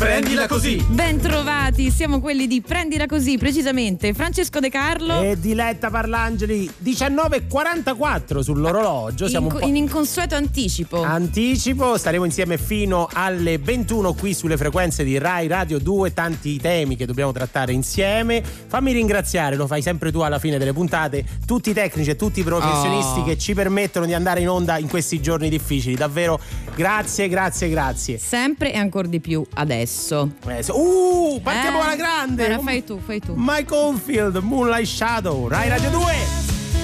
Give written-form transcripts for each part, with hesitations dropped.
Prendila così. Ben trovati, siamo quelli di Prendila così, precisamente Francesco De Carlo e Diletta Parlangeli. 19:44 sull'orologio. Siamo in inconsueto anticipo. Staremo insieme fino alle 21 qui sulle frequenze di Rai Radio 2. Tanti temi che dobbiamo trattare insieme. Fammi ringraziare, lo fai sempre tu alla fine delle puntate, tutti i tecnici e tutti i professionisti che ci permettono di andare in onda in questi giorni difficili. Davvero grazie. Sempre e ancora di più adesso. Partiamo alla grande. Ora fai tu. Mike Oldfield, Moonlight Shadow, Rai Radio 2.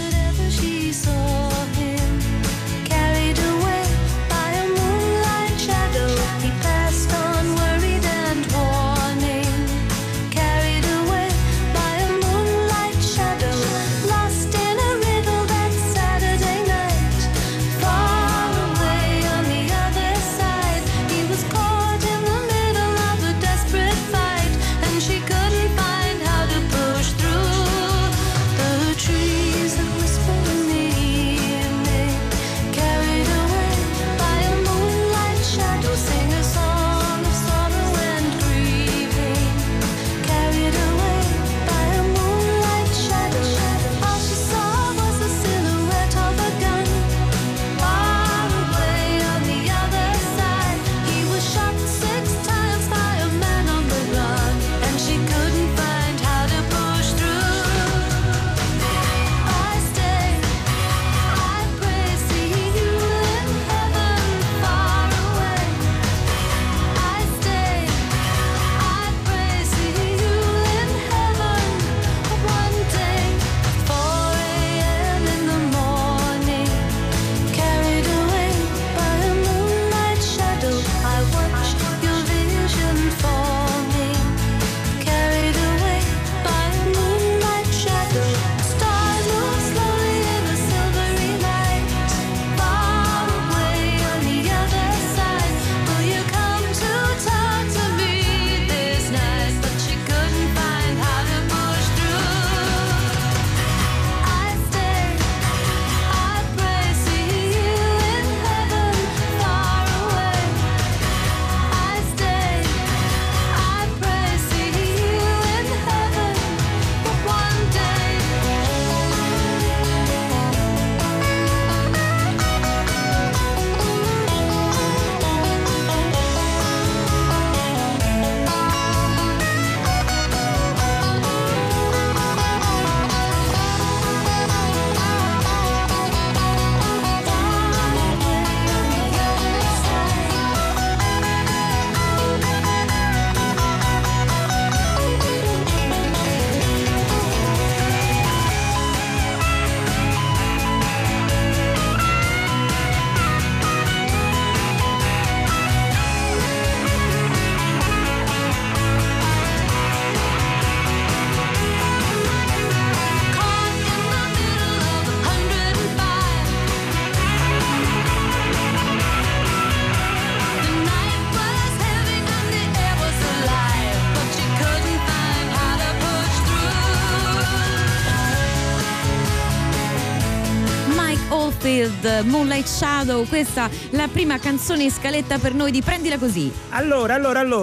Moonlight Shadow, questa la prima canzone in scaletta per noi di Prendila così. Allora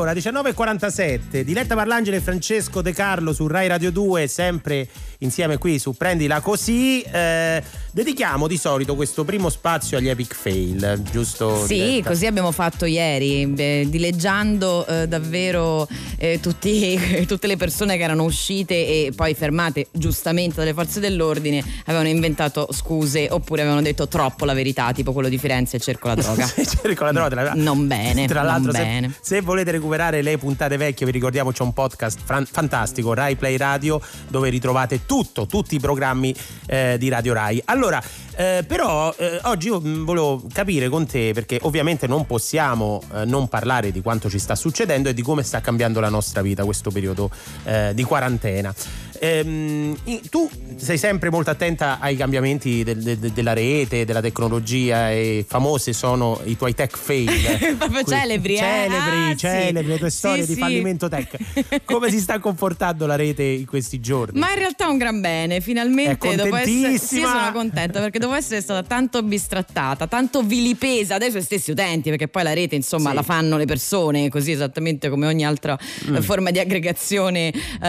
19:47, Diletta Parlangeli e Francesco De Carlo su Rai Radio 2, sempre insieme qui su Prendila così. Dedichiamo di solito questo primo spazio agli epic fail, giusto? Sì, Diletta? Così abbiamo fatto ieri, dileggiando davvero tutte le persone che erano uscite e poi fermate giustamente dalle forze dell'ordine, avevano inventato scuse oppure avevano detto troppo la verità, tipo quello di Firenze, cerco la droga. Cerco la droga. Non bene. Tra l'altro, bene. Se volete recuperare le puntate vecchie, vi ricordiamo c'è un podcast fantastico, Rai Play Radio, dove ritrovate tutti i programmi di Radio Rai. Allora, però oggi io volevo capire con te, perché ovviamente non possiamo non parlare di quanto ci sta succedendo e di come sta cambiando la nostra vita questo periodo di quarantena. Tu sei sempre molto attenta ai cambiamenti della rete, della tecnologia, e famose sono i tuoi tech fail. Proprio celebri, celebri, le tue storie di sì. fallimento tech. Come si sta comportando la rete in questi giorni? Ma in realtà un gran bene, finalmente È dopo essere, contentissima. io sono contenta perché dopo essere stata tanto bistrattata, tanto vilipesa dai suoi stessi utenti, perché poi la rete insomma la fanno le persone, così esattamente come ogni altra forma di aggregazione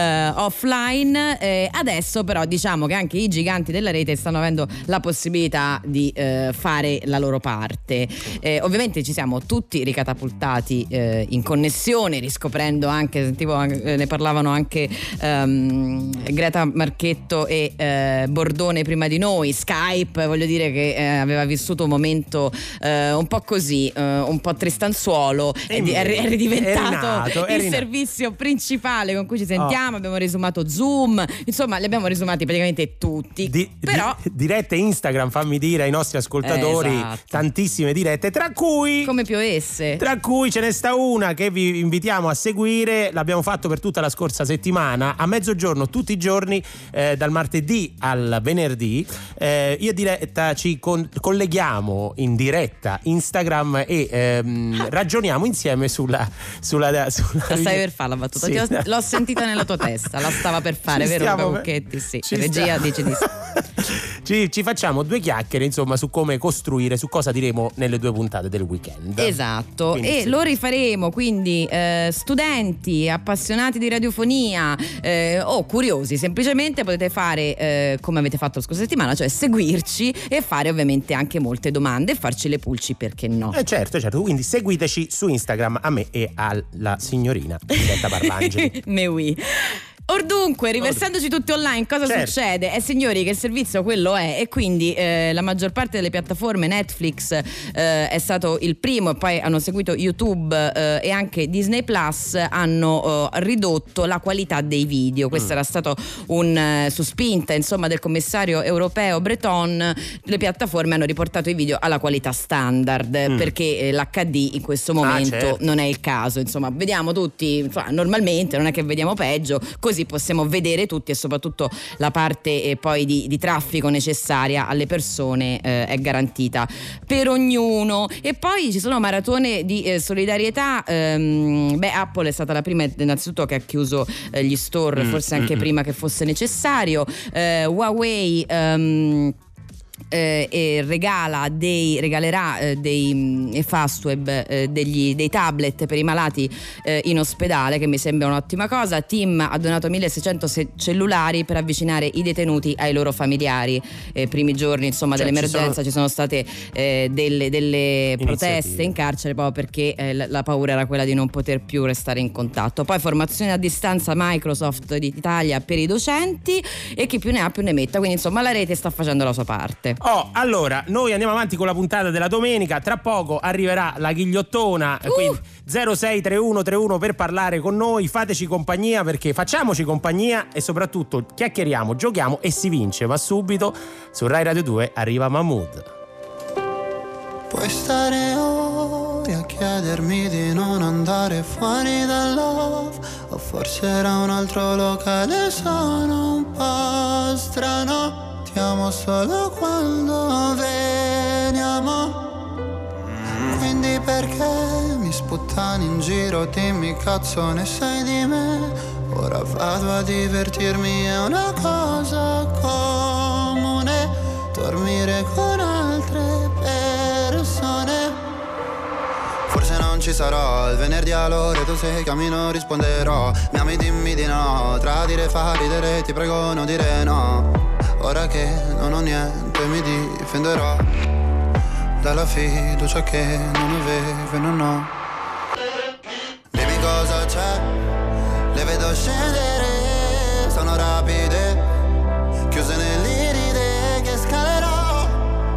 offline. Adesso però diciamo che anche i giganti della rete stanno avendo la possibilità di fare la loro parte. Ovviamente ci siamo tutti ricatapultati in connessione, riscoprendo anche, sentivo ne parlavano anche Greta Marchetto e Bordone prima di noi. Skype, voglio dire che aveva vissuto un momento un po' così, un po' tristanzuolo, è ridiventato il servizio principale con cui ci sentiamo. Abbiamo risumato Zoom, insomma li abbiamo risumati praticamente tutti. Però dirette Instagram, fammi dire ai nostri ascoltatori, esatto, tantissime dirette, tra cui come piovesse. Tra cui ce ne sta una che vi invitiamo a seguire. L'abbiamo fatto per tutta la scorsa settimana, a mezzogiorno tutti i giorni, dal martedì al venerdì. Io e Diletta ci colleghiamo in diretta Instagram e ragioniamo insieme sulla la stai per fare la battuta? Sì. L'ho sentita nella tua testa, la stava per fare, vero Luca Cucchetti? Sì, regia dice di sì. Ci facciamo due chiacchiere insomma su come costruire, su cosa diremo nelle due puntate del weekend. Esatto, quindi, lo rifaremo, quindi studenti, appassionati di radiofonia o curiosi semplicemente potete fare come avete fatto la scorsa settimana, cioè seguirci e fare ovviamente anche molte domande e farci le pulci, perché no? Certo, quindi seguiteci su Instagram, a me e alla signorina Diletta Parlangeli. Me oui. Or dunque, riversandoci tutti online, cosa succede? Signori, che il servizio quello è, e quindi la maggior parte delle piattaforme, Netflix è stato il primo, e poi hanno seguito YouTube e anche Disney Plus, hanno ridotto la qualità dei video. Questo era stato su spinta insomma del commissario europeo Breton. Le piattaforme hanno riportato i video alla qualità standard, perché l'HD in questo momento non è il caso. Insomma, vediamo tutti normalmente, non è che vediamo peggio, così possiamo vedere tutti, e soprattutto la parte poi di traffico necessaria alle persone è garantita per ognuno. E poi ci sono maratone di solidarietà. Apple è stata la prima innanzitutto che ha chiuso gli store, forse anche prima che fosse necessario. Huawei regalerà dei Fastweb, dei tablet per i malati in ospedale, che mi sembra un'ottima cosa. Tim ha donato 1600 cellulari per avvicinare i detenuti ai loro familiari. Primi giorni insomma dell'emergenza ci sono state delle proteste in carcere, proprio perché la paura era quella di non poter più restare in contatto. Poi formazione a distanza Microsoft d'Italia per i docenti, e chi più ne ha più ne metta, quindi insomma la rete sta facendo la sua parte. Allora, noi andiamo avanti con la puntata della domenica. Tra poco arriverà la ghigliottona, quindi 063131 per parlare con noi. Fateci compagnia, perché facciamoci compagnia e soprattutto chiacchieriamo, giochiamo e si vince. Ma subito su Rai Radio 2 arriva Mahmood. Puoi stare ore a chiedermi di non andare fuori dal love, o forse era un altro locale, sono un po' strano. Ti amo solo quando veniamo, quindi perché mi sputtani in giro? Dimmi, cazzo ne sai di me? Ora vado a divertirmi, è una cosa comune dormire con altre persone. Forse non ci sarò il venerdì all'ora, tu sei cammino, risponderò. Mi ami, dimmi di no, tradire fa ridere, ti prego non dire no. Ora che non ho niente mi difenderò dalla fiducia che non avevo e non ho. Dimmi cosa c'è, le vedo scendere, sono rapide, chiuse nell'iride che scalerò,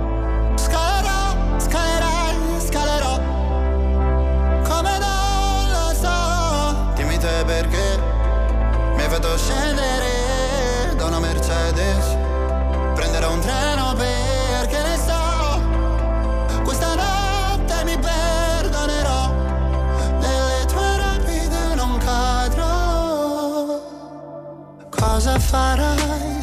scalerò, come non lo so. Dimmi te perché mi hai fatto scendere da una Mercedes, prenderò un treno perché ne so, questa notte mi perdonerò, nelle tue rapide non cadrò.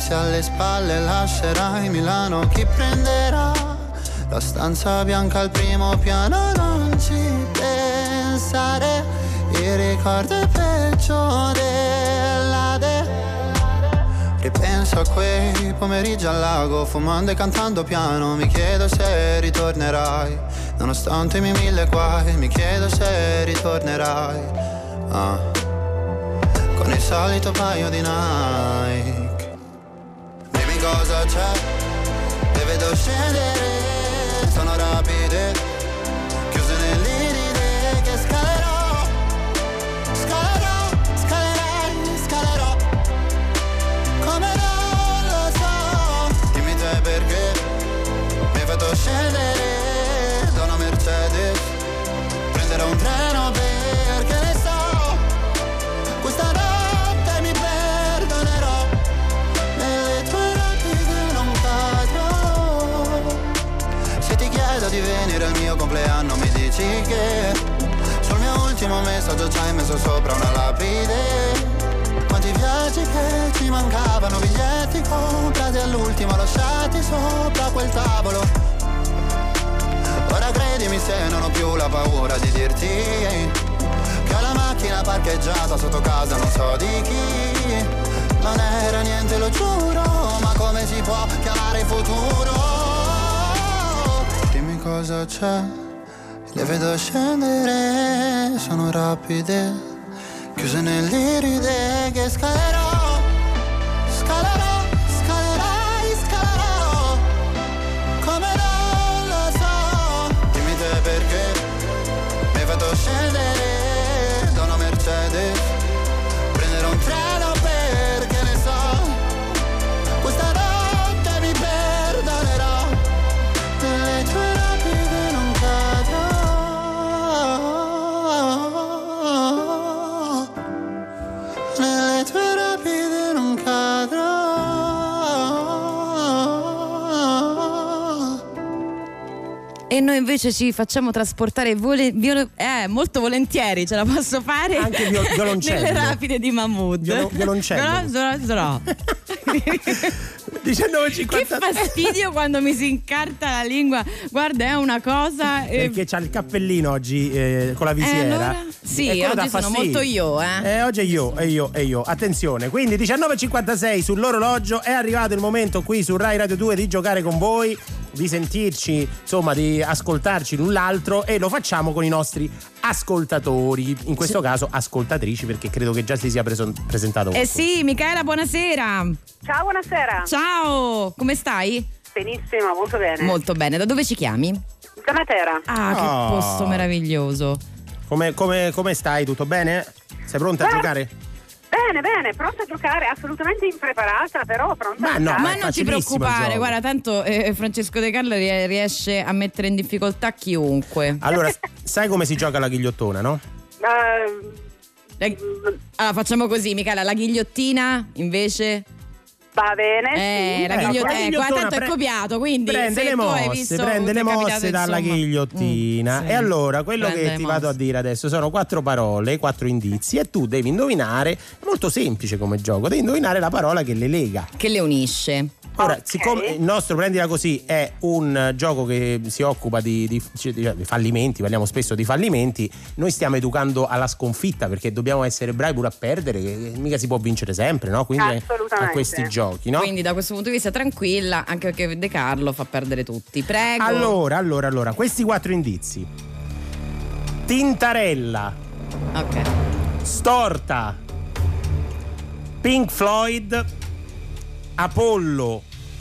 se alle spalle lascerai Milano, chi prenderà la stanza bianca al primo piano? Non ci pensare, il ricordo è peggio dell'Ade. Ripenso a quei pomeriggi al lago, fumando e cantando piano. Mi chiedo se ritornerai, nonostante i miei mille guai. Mi chiedo se ritornerai, con il solito paio di Nike. Dimmi cosa c'è, le vedo scendere, sono rapide, chiuse nell'iride che scalerò, scalerò, come non lo so. Dimmi te perché mi hai fatto scendere da una Mercedes, prenderò un treno perché ne so, questa notte mi perdonerò, nelle tue rapide non cadrò. Se ti chiedo di venire al mio compleanno mi dici che sul mio ultimo messaggio ci hai messo sopra una lapide. Quanti viaggi che ci mancavano, biglietti comprati all'ultimo, lasciati sopra quel tavolo. Ora credimi se non ho più la paura di dirti che ho la macchina parcheggiata sotto casa non so di chi. Non era niente, lo giuro, ma come si può chiamare il futuro? Dimmi cosa c'è, le vedo scendere, sono rapide, chiuse nell'iride che scalerò, come non lo so. Dimmi te perché mi hai fatto scendere da una Mercedes, prenderò un treno perché ne so, questa notte mi perdonerò, nelle tue rapide non cadrò, nelle tue rapide non cadrò. E noi invece ci facciamo trasportare molto volentieri, ce la posso fare Anche violoncello. nelle rapide di Mahmood. Violoncello. 19:50. Che fastidio quando mi si incarta la lingua. Guarda, è una cosa. Perché c'ha il cappellino oggi con la visiera. Allora? Sì, E quello oggi dà sono fastidio. molto io, Oggi è io. Attenzione, quindi 19:56 sull'orologio, è arrivato il momento qui su Rai Radio 2 di giocare con voi, di sentirci, insomma, di ascoltarci l'un l'altro, e lo facciamo con i nostri ascoltatori, in questo caso ascoltatrici, perché credo che già si sia presentato. Sì, Michaela, buonasera. Ciao, buonasera. Ciao, come stai? Benissimo, molto bene. Molto bene, da dove ci chiami? Da Matera. Ah, che posto meraviglioso. Come stai? Tutto bene? Sei pronta a giocare? Bene, pronta a giocare, assolutamente impreparata, però pronta a no, giocare. Ma non ti preoccupare, guarda, tanto Francesco De Carlo riesce a mettere in difficoltà chiunque. Allora, sai come si gioca la ghigliottona, no? Allora facciamo così, Michela, la ghigliottina invece. Va bene, sì. La ghigliottina, tanto è copiato, quindi prende le mosse dalla ghigliottina. Sì. E allora quello Prende che ti le vado a mosse. dire adesso sono 4 parole, 4 indizi, e tu devi indovinare. È molto semplice come gioco, devi indovinare la parola che le lega, che le unisce. Ora, Ok. siccome il nostro Prendila Così è un gioco che si occupa di fallimenti, parliamo spesso di fallimenti, noi stiamo educando alla sconfitta, perché dobbiamo essere bravi pure a perdere, che mica si può vincere sempre, no? Quindi a questi giochi, no? Quindi da questo punto di vista tranquilla, anche perché De Carlo fa perdere tutti. Prego. Allora, questi 4 indizi: tintarella, Ok. storta, Pink Floyd, Apollo.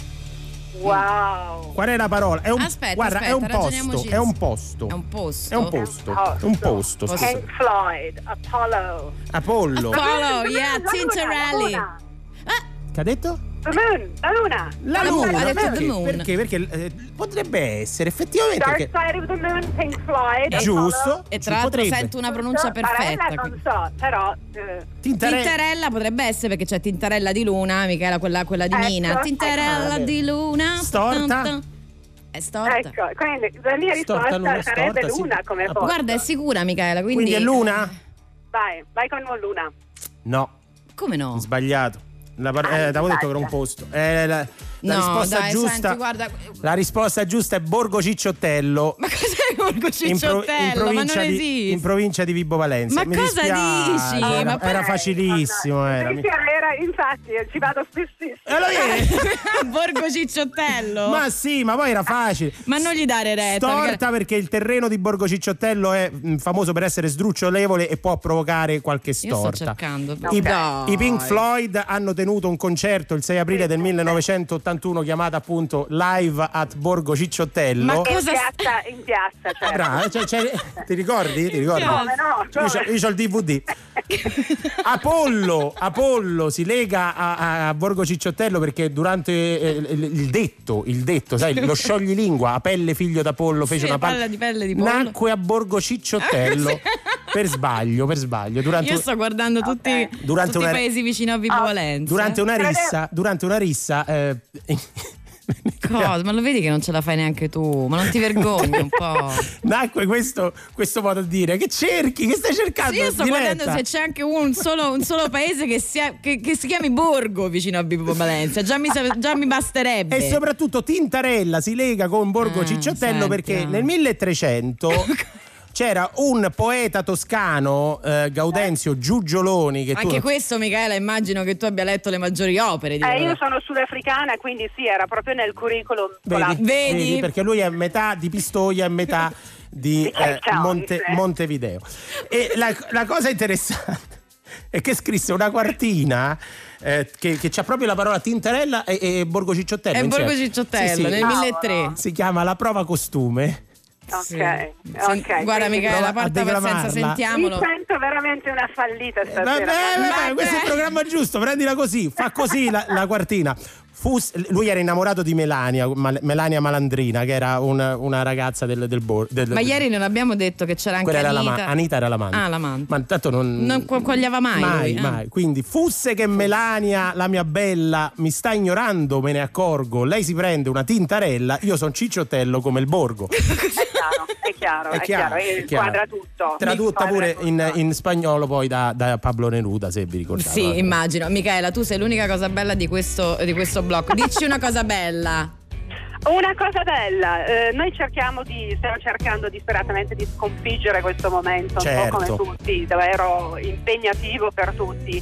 Wow. Qual è la parola? È un, Aspetta, è un ragioniamoci. posto. È un posto. È un posto. È un posto. Un posto. scusa. Pink Floyd, Apollo. Apollo. Apollo, La yeah, luna, Tintarelli. la luna. Che ha detto? The moon, la luna. La La luna. luna, ha detto Perché? the moon. Perché potrebbe essere effettivamente. Dark Perché, Side of the Moon, Pink Floyd. giusto. Apollo. E Ci tra l'altro potrebbe. sento una pronuncia perfetta. Barella non so, però Tintarella potrebbe essere, perché c'è Tintarella di Luna, Michela, quella di Nina. Ecco, Tintarella di Luna. Storta? È storta. ecco, quindi la mia Storta, risposta luna, sarebbe storta, sì. luna come posto. Guarda, è sicura, Michela, Quindi è luna? Vai con luna. No, Come no? sbagliato. T'avevo detto che era un posto. La risposta dai, giusta. Senti, guarda. La risposta giusta è Borgo Cicciottello. Ma cos'è Borgo Cicciottello? Ma non esiste. In provincia di Vibo Valentia. Ma cosa dici? Era facilissimo. Era, infatti, ci vado spessissimo. Borgo Cicciottello? Ma sì, ma poi era facile. Ma non gli dare retta. Storta perché il terreno di Borgo Cicciottello è famoso per essere sdrucciolevole e può provocare qualche storta. Io sto cercando. I Pink Floyd hanno tenuto un concerto il 6 aprile del 1981 chiamato appunto Live at Borgo Cicciottello. Ma cosa in piazza, certo. Brava, ti ricordi? Come no? Io c'ho il DVD. Apollo si lega a Borgo Cicciottello perché durante il detto, sai, lo scioglilingua Apelle figlio d'Apollo fece una palla di pelle di pollo. Nacque a Borgo Cicciottello per sbaglio. Io sto guardando tutti i paesi vicino a Vibo Valentia. Durante una rissa Cosa? Ma lo vedi che non ce la fai neanche tu? Ma non ti vergogni un po'? Nacque questo modo di dire. Che cerchi? Che stai cercando? Sì, io sto guardando se c'è anche un solo paese che si chiami Borgo vicino a Vibo Valentia. Già mi basterebbe. E soprattutto Tintarella si lega con Borgo Cicciottello perché nel 1300 c'era un poeta toscano, Gaudenzio Giugioloni. Che anche questo, Micaela, immagino che tu abbia letto le maggiori opere. Io sono sudafricana, quindi sì, era proprio nel curriculum. Vedi? Perché lui è metà di Pistoia e metà di Montevideo. E la cosa interessante è che scrisse una quartina che c'ha proprio la parola Tintarella e Borgo Cicciottello. È Borgo Cicciottello, nel 1003. Si chiama La prova costume. Ok. Guarda, Micaela, porta pazienza, sentiamolo. Mi sento veramente una fallita stasera. Vabbè, questo è il programma giusto, prendila così, fa così la quartina. Lui era innamorato di Melania Malandrina, che era una ragazza del Ma ieri non abbiamo detto che c'era anche Anita. Anita era l'amante. L'amante. Ma tanto non cogliava mai. Mai. Quindi fosse che Melania, la mia bella, mi sta ignorando, me ne accorgo. Lei si prende una tintarella, io sono Cicciottello come il Borgo. È chiaro. Quadra tutto. Tradotta pure in spagnolo poi da Pablo Neruda, se vi ricordate. Sì, immagino. Micaela, tu sei l'unica cosa bella di questo blocco. Dici una cosa bella. Una cosa bella, noi stiamo cercando disperatamente di sconfiggere questo momento, certo. Un po' come tutti, davvero impegnativo per tutti.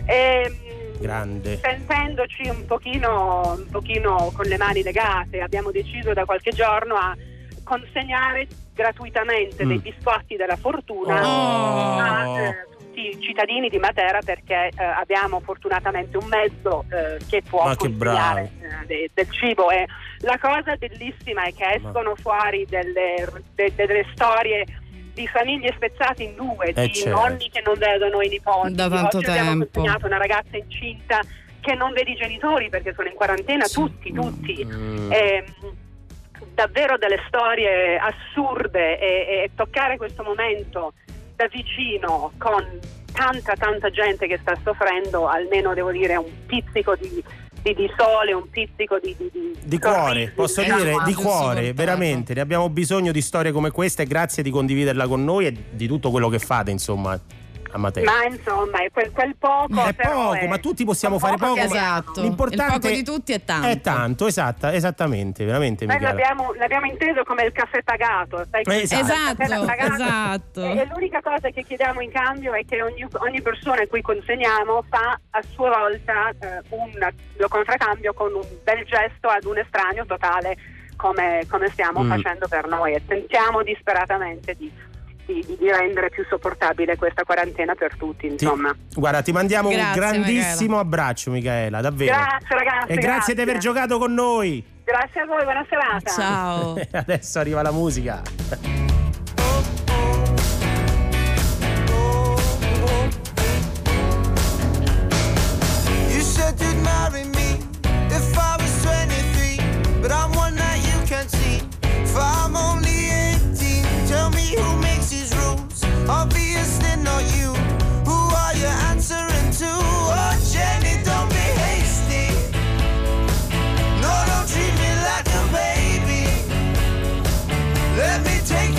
Grande. Sentendoci un pochino con le mani legate, abbiamo deciso da qualche giorno a consegnare gratuitamente dei biscotti della fortuna a tutti i cittadini di Matera, perché abbiamo fortunatamente un mezzo che può consegnare del cibo. E la cosa bellissima è che escono fuori delle storie di famiglie spezzate in due, di nonni che non vedono i nipoti. Da tanto tempo abbiamo consegnato una ragazza incinta che non vede i genitori perché sono in quarantena, tutti. Davvero delle storie assurde, e toccare questo momento da vicino con tanta gente che sta soffrendo, almeno devo dire un pizzico di sole, un pizzico di cuore, posso dire, di cuore, veramente. Ne abbiamo bisogno di storie come questa, e grazie di condividerla con noi e di tutto quello che fate, insomma, a Matera. Ma insomma, è quel poco. È poco, ma tutti possiamo fare poco. Esatto. L'importante il poco di tutti è tanto. È tanto, esattamente, veramente. Noi l'abbiamo inteso come il caffè pagato. Esatto. E l'unica cosa che chiediamo in cambio è che ogni persona a cui consegniamo fa a sua volta lo contraccambio con un bel gesto ad un estraneo totale, come stiamo facendo per noi, e tentiamo disperatamente di rendere più sopportabile questa quarantena per tutti, insomma. Guarda, ti mandiamo un grandissimo abbraccio, Micaela, davvero. Grazie ragazzi. E grazie di aver giocato con noi. Grazie a voi, buona serata. Ciao. Adesso arriva la musica. You said you'd marry me if I was 23, but I'm one that you can't see. If I'm only 18, tell me who makes these rules. Obviously not you. Who are you answering to? Oh Jenny, don't be hasty. No, don't treat me like a baby. Let me take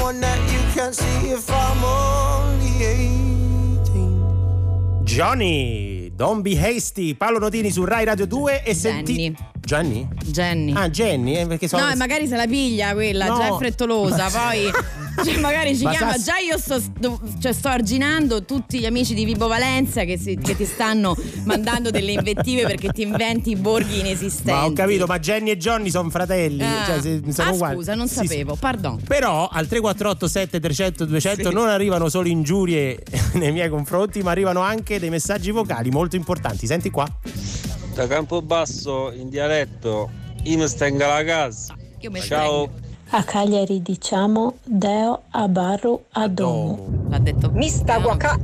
one that you can't see if I'm only 18. Johnny, Don't Be Hasty, Paolo Notini su Rai Radio 2 e senti... Gianni? Jenny. Ah, Jenny, perché sono... No, e magari se la piglia quella, No. già è frettolosa, poi cioè, magari ci Ma chiama, già io sto arginando tutti gli amici di Vibo Valenza che ti stanno mandando delle invettive perché ti inventi i borghi inesistenti. Ma ho capito, ma Jenny e Johnny sono fratelli, cioè sono uguali. Scusa, non sapevo, pardon. Però al 348 7300 200 non arrivano solo ingiurie nei miei confronti, ma arrivano anche dei messaggi vocali molto importanti. Senti qua. Da Campobasso in dialetto, io mi stengo alla casa. Ciao. A Cagliari diciamo Deo a Barru a Domo. L'ha detto Mi sta qua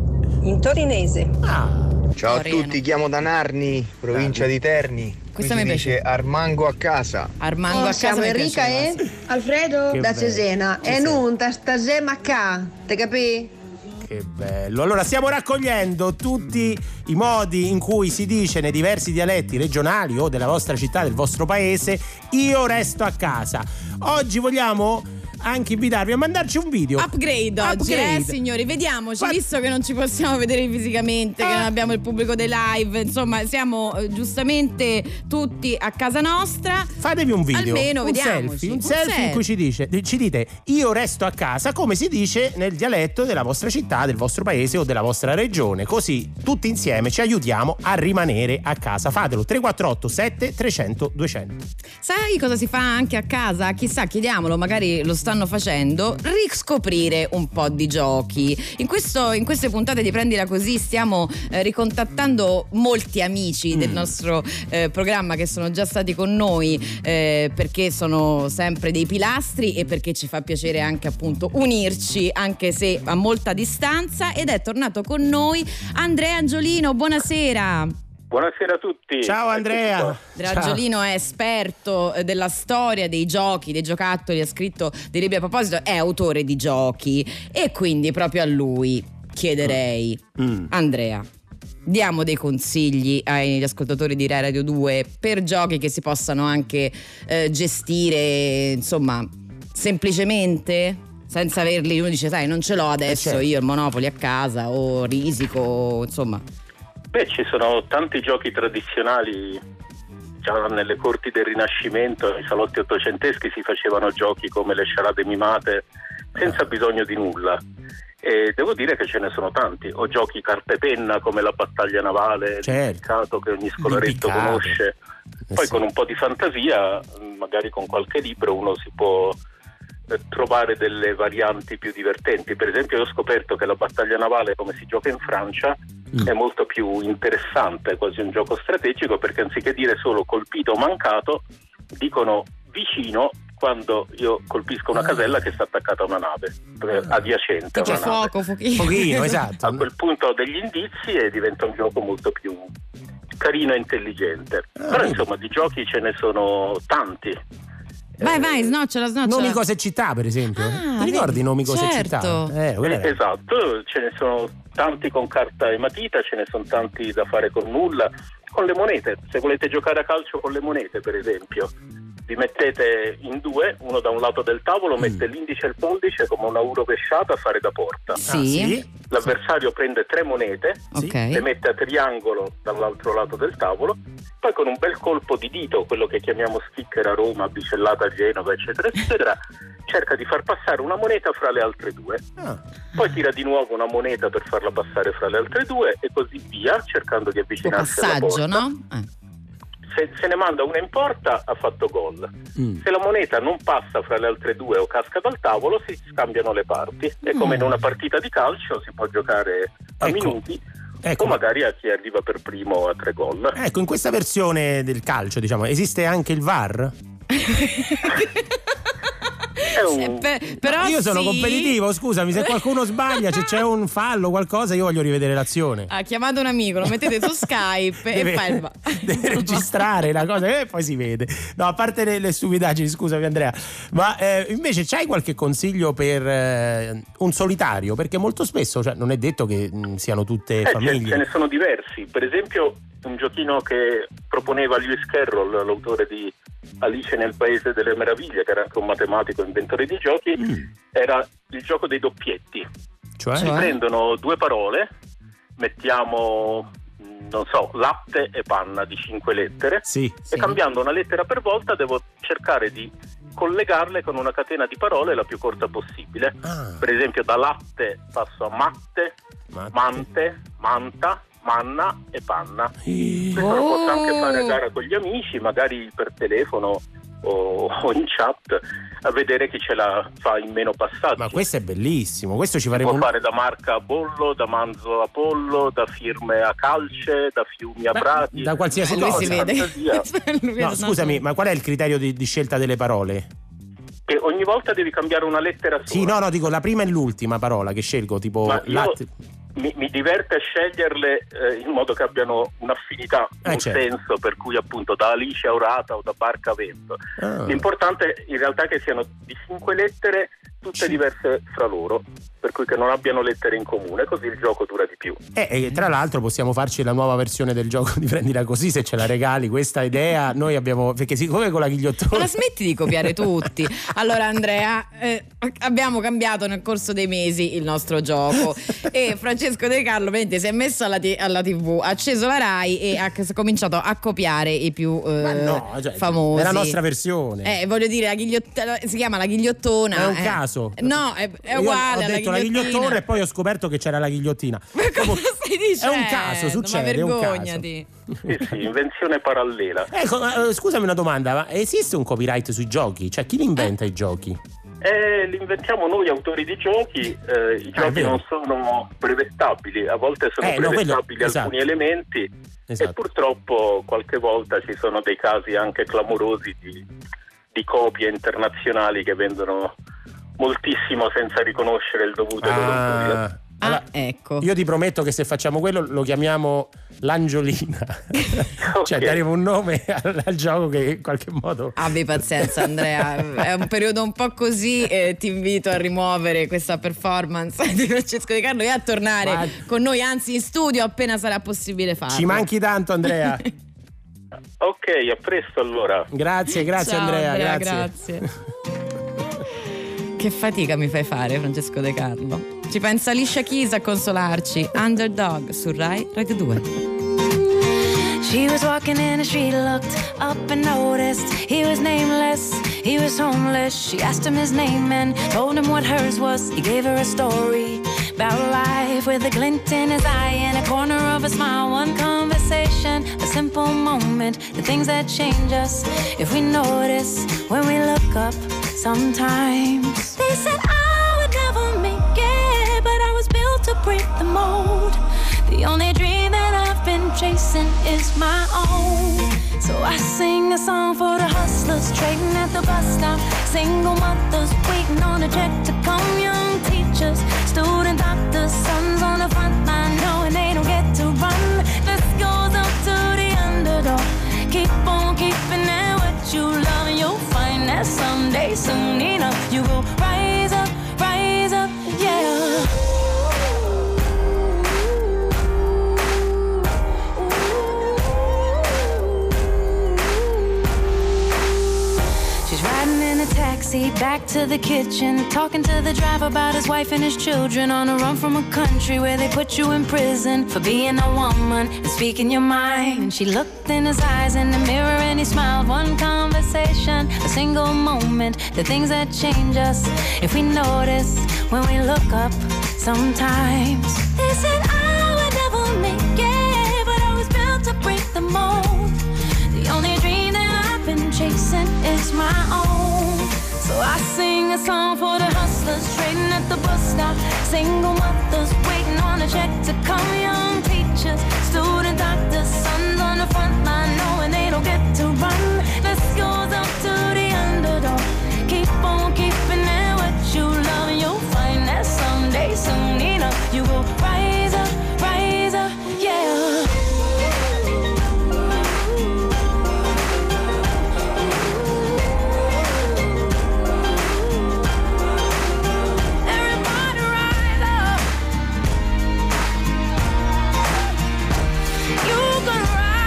in torinese. Ciao a tutti, chiamo da Narni, provincia di Terni. Questa Qui mi si dice Armango a casa. Armango a casa. Siamo Enrica e Alfredo Che da bello. Cesena. E non stasema qua, te capì? Che bello. Allora stiamo raccogliendo tutti i modi in cui si dice nei diversi dialetti regionali o della vostra città, del vostro paese, io resto a casa. Oggi vogliamo anche invitarvi a mandarci un video. Upgrade oggi, signori, vediamoci, visto che non ci possiamo vedere fisicamente, che non abbiamo il pubblico dei live, insomma siamo giustamente tutti a casa nostra. Fatevi un video, almeno un vediamoci. selfie in cui ci dite io resto a casa, come si dice nel dialetto della vostra città, del vostro paese o della vostra regione, così tutti insieme ci aiutiamo a rimanere a casa. Fatelo 348 7300 200. Sai cosa si fa anche a casa? Chissà, chiediamolo, magari lo stanno facendo. Riscoprire un po' di giochi. In queste puntate di Prendila Così stiamo ricontattando molti amici del nostro programma che sono già stati con noi perché sono sempre dei pilastri e perché ci fa piacere anche appunto unirci anche se a molta distanza, ed è tornato con noi Andrea Angiolino. Buonasera. Buonasera a tutti. Ciao Andrea. Andrea Angiolino è esperto della storia dei giochi, dei giocattoli, ha scritto dei libri a proposito, è autore di giochi e quindi proprio a lui chiederei, Andrea, diamo dei consigli agli ascoltatori di Rai Radio 2 per giochi che si possano anche gestire, insomma, semplicemente, senza averli, uno dice sai non ce l'ho adesso io il Monopoli a casa o Risico, insomma. Beh, ci sono tanti giochi tradizionali. Già nelle corti del Rinascimento, nei salotti ottocenteschi si facevano giochi come le sciarade mimate senza bisogno di nulla, e devo dire che ce ne sono tanti. O giochi carta e penna come la battaglia navale, l'impiccato, che ogni scolaretto conosce. Poi con un po' di fantasia, magari con qualche libro, uno si può trovare delle varianti più divertenti. Per esempio io ho scoperto che la battaglia navale, come si gioca in Francia, è molto più interessante, quasi un gioco strategico, perché anziché dire solo colpito o mancato dicono vicino quando io colpisco una casella che sta attaccata a una nave adiacente a una fuoco, nave. Pochino, esatto. A quel punto ho degli indizi e diventa un gioco molto più carino e intelligente. Però insomma di giochi ce ne sono tanti. Vai, snocciola. Nomi, cose e città, per esempio. Ti ricordi nomi, cose e città? Esatto, ce ne sono tanti con carta e matita, ce ne sono tanti da fare con nulla. Con le monete, se volete giocare a calcio con le monete, per esempio, vi mettete in due, uno da un lato del tavolo, mette l'indice e il pollice come una U rovesciata a fare da porta. Sì. L'avversario prende 3 monete, le mette a triangolo dall'altro lato del tavolo, poi con un bel colpo di dito, quello che chiamiamo sticker a Roma, bicellata a Genova, eccetera, eccetera, cerca di far passare una moneta fra le altre 2. Poi tira di nuovo una moneta per farla passare fra le altre 2 e così via, cercando di avvicinarsi alla porta. No? Se ne manda una in porta ha fatto gol. Se la moneta non passa fra le altre 2 o casca dal tavolo, si scambiano le parti. È come in una partita di calcio, si può giocare a minuti o magari a chi arriva per primo a 3 gol. Ecco, in questa versione del calcio, diciamo, esiste anche il VAR? Però io sono competitivo, scusami, se qualcuno sbaglia, se c'è un fallo, qualcosa, io voglio rivedere l'azione. Ha chiamato un amico, lo mettete su Skype e fai deve registrare la cosa e poi si vede. No, a parte le stupidaggini, scusami Andrea, ma invece c'hai qualche consiglio per un solitario? Perché molto spesso, cioè, non è detto che siano tutte famiglie. Ce ne sono diversi. Per esempio un giochino che proponeva Lewis Carroll, l'autore di Alice nel Paese delle Meraviglie, che era anche un matematico inventore di giochi. Era il gioco dei doppietti. Cioè? Si prendono due parole, mettiamo, non so, latte e panna di 5 lettere, e cambiando una lettera per volta devo cercare di collegarle con una catena di parole la più corta possibile. Per esempio, da latte passo a matte, mante, manta, manna e panna. Questo lo posso anche fare a gara con gli amici, magari per telefono o in chat, a vedere chi ce la fa in meno passaggi. Ma questo è bellissimo, questo ci faremo. Si può fare da Marca a Bollo, da Manzo a Pollo, da Firme a Calce, da Fiumi a Prati, da qualsiasi cosa. Si vede. No, scusami, ma qual è il criterio di scelta delle parole? Che ogni volta devi cambiare una lettera sola. Sì, no, dico la prima e l'ultima parola che scelgo, tipo latte. Mi diverte a sceglierle in modo che abbiano un'affinità, un senso, per cui appunto da Alice a Orata o da Barca a Vento. L'importante in realtà è che siano di 5 lettere, tutte diverse fra loro, per cui che non abbiano lettere in comune, così il gioco dura di più. E tra l'altro possiamo farci la nuova versione del gioco di Prendila Così, se ce la regali questa idea. Noi abbiamo, perché siccome con la ghigliottona. Ma la smetti di copiare tutti. Allora Andrea, abbiamo cambiato nel corso dei mesi il nostro gioco e Francesco De Carlo si è messo alla TV, ha acceso la Rai e ha cominciato a copiare i più famosi. È la nostra versione. Voglio dire, la ghigliottona si chiama la ghigliottona. È un caso. No, è uguale. Ho detto la ghigliottina e poi ho scoperto che c'era la ghigliottina. Ma cosa stai dicendo? È un caso, succede. Ma vergognati. Sì, invenzione parallela. Ecco, scusami una domanda, ma esiste un copyright sui giochi? Cioè, chi li inventa i giochi? Li inventiamo noi autori di giochi. I giochi non sono brevettabili, a volte sono brevettabili alcuni elementi, e purtroppo qualche volta ci sono dei casi anche clamorosi di copie internazionali che vendono moltissimo senza riconoscere il dovuto dell'autoria. Allora, ecco. Io ti prometto che se facciamo quello lo chiamiamo l'Angiolina. Cioè daremo un nome al gioco che in qualche modo. Abbi pazienza Andrea, è un periodo un po' così, ti invito a rimuovere questa performance di Francesco De Carlo e a tornare con noi, anzi in studio appena sarà possibile farlo. Ci manchi tanto Andrea. Ok, a presto allora. Grazie Ciao, Andrea, grazie. Che fatica mi fai fare, Francesco De Carlo. Ci pensa Alicia Keys a consolarci. Underdog su Rai Radio 2. She was walking in the street, looked up and noticed he was nameless, he was homeless. She asked him his name and told him what hers was. He gave her a story about life with a glint in his eye and a corner of a smile. One conversation, a simple moment, the things that change us if we notice when we look up sometimes. They said I would never make it, but I was built to break the mold. The only dream that I've been chasing is my own. So I sing a song for the hustlers trading at the bus stop, single mothers waiting on a check to come, young teachers, student doctors, sons on the front line knowing they don't get to run. This goes up to the underdog. Keep on keeping it what you love, and you'll find that someday, soon enough, you will rise up, yeah. Taxi back to the kitchen, talking to the driver about his wife and his children, on a run from a country where they put you in prison for being a woman and speaking your mind. And she looked in his eyes in the mirror and he smiled. One conversation, a single moment, the things that change us if we notice when we look up sometimes. They said I would never make it, but I was built to break the mold. The only dream that I've been chasing is my own. So I sing a song for the hustlers trading at the bus stop, single mothers waiting on a check to come, young teachers, student doctors, sons on the front line knowing they don't get to run. This goes up to the underdog. Keep on keeping it what you love, and you'll find that someday, soon enough, you will rise up, yeah. You gonna ride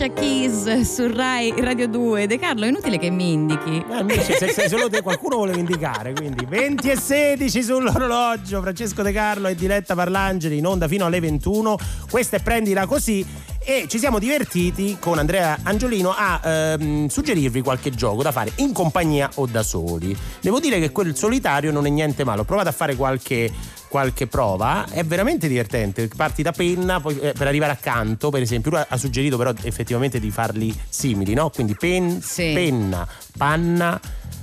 Alicia Keys su Rai Radio 2. De Carlo, è inutile che mi indichi. Se sei solo te, qualcuno vuole indicare. Quindi 20:16 sull'orologio. Francesco De Carlo e Diletta Parlangeli in onda fino alle 21. Questa è Prendila Così. E ci siamo divertiti con Andrea Angiolino a suggerirvi qualche gioco da fare in compagnia o da soli. Devo dire che quel solitario non è niente male. Ho provato a fare qualche prova, è veramente divertente. Parti da penna, poi per arrivare a canto, per esempio. Lui ha suggerito però effettivamente di farli simili, no? Quindi penna, panna,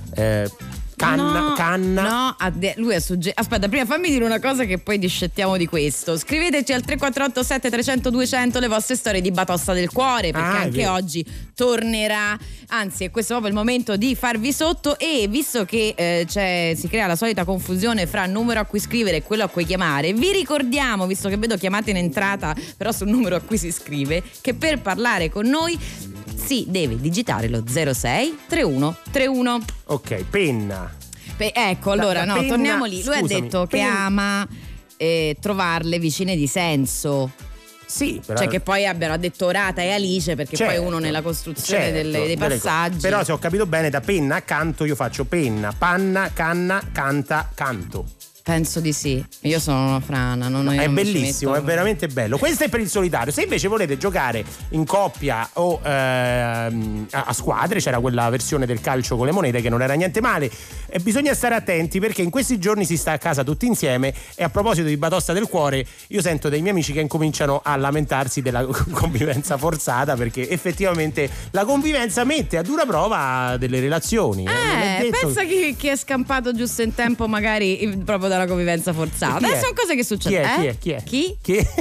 canna. No, lui ha suggerito. Aspetta, prima fammi dire una cosa che poi discettiamo di questo. Scriveteci al 348 7300 200 le vostre storie di batosta del cuore, perché anche oggi tornerà. Anzi, è questo proprio il momento di farvi sotto. E visto che si crea la solita confusione fra il numero a cui scrivere e quello a cui chiamare, vi ricordiamo, visto che vedo chiamate in entrata però sul numero a cui si scrive, che per parlare con noi si deve digitare lo 06 31 31. Ok, penna. Ecco, allora no, penna, torniamo lì. Lui scusami, ha detto che ama trovarle vicine di senso. Sì, però... Cioè che poi abbiano detto Orata e Alice, perché poi uno nella costruzione dei passaggi. Però se ho capito bene, da penna a canto io faccio penna, panna, canna, canta, canto. Penso di sì. Io sono una frana. È bellissimo, è veramente bello. Questo è per il solitario. Se invece volete giocare in coppia o a squadre, c'era quella versione del calcio con le monete che non era niente male. E bisogna stare attenti perché in questi giorni si sta a casa tutti insieme. E a proposito di batosta del cuore, io sento dei miei amici che incominciano a lamentarsi della convivenza forzata, perché effettivamente la convivenza mette a dura prova delle relazioni. Pensa chi è scampato giusto in tempo, magari proprio dalla convivenza forzata. Adesso sono cose che succedono. Chi?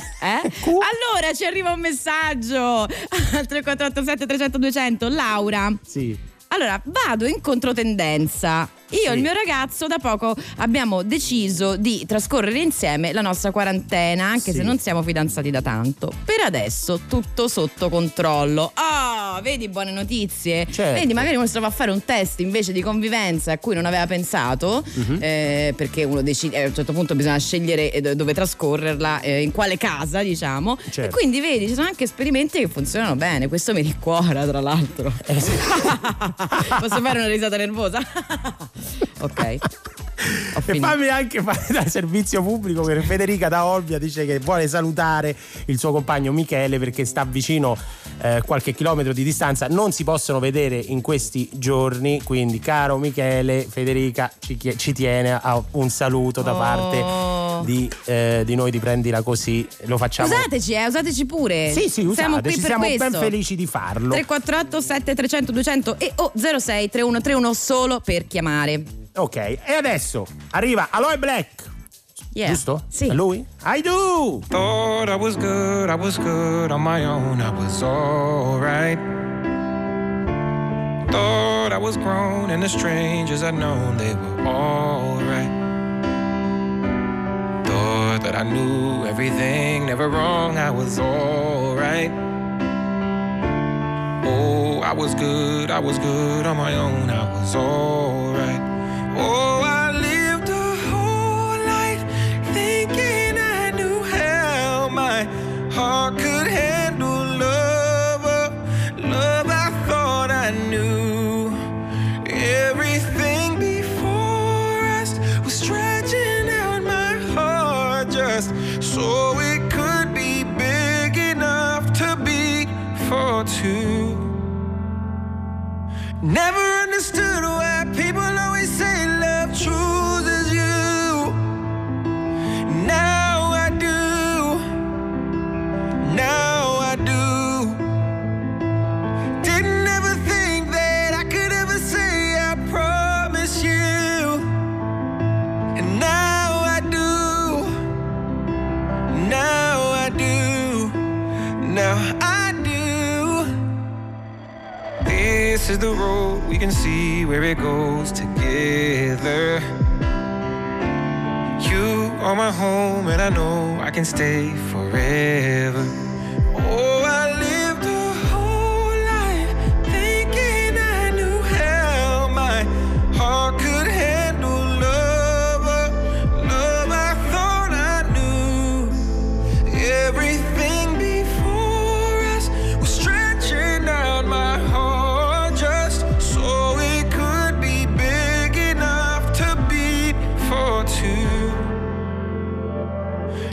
Allora ci arriva un messaggio al 3487 300 200. Laura. Sì. Allora, vado in controtendenza. Io e il mio ragazzo da poco abbiamo deciso di trascorrere insieme la nostra quarantena, anche se non siamo fidanzati da tanto. Per adesso tutto sotto controllo. Vedi, buone notizie? Certo. Vedi, magari uno si trova a fare un test invece di convivenza a cui non aveva pensato, perché uno decide, a un certo punto bisogna scegliere dove trascorrerla, in quale casa, diciamo. Certo. E quindi vedi, ci sono anche esperimenti che funzionano bene. Questo mi ricuora, tra l'altro. Posso fare una risata nervosa? Ok. E fammi anche fare da servizio pubblico, per Federica da Olbia dice che vuole salutare il suo compagno Michele perché sta vicino qualche chilometro di distanza, non si possono vedere in questi giorni, quindi caro Michele, Federica ci tiene a un saluto da parte di noi di Prendila Così. Lo facciamo. Usateci pure. Sì, siamo qui ci per siamo questo. ben felici di farlo. 348 7300 200 e 06 3131 solo per chiamare. Ok, e adesso arriva Aloe Black. Giusto? Sì. A lui? I do! Thought I was good on my own, I was alright. Thought I was grown and the strangers I'd known, they were alright. Thought that I knew everything, never wrong, I was alright. Oh, I was good on my own, I was alright. Oh, I lived a whole life thinking I knew how my heart could handle love. Love I thought I knew. Everything before us was stretching out my heart just so it could be big enough to beat for two. Never understood why people always say love chooses you. Now I do. Now I do. Didn't ever think that I could ever say I promise you. And now I do. Now I do. Now I do. This is the road, we can see where it goes together. You are my home and I know I can stay forever. Oh, I lived a whole life thinking I knew how my heart could handle love. Love I thought I knew. Everything before us was stretching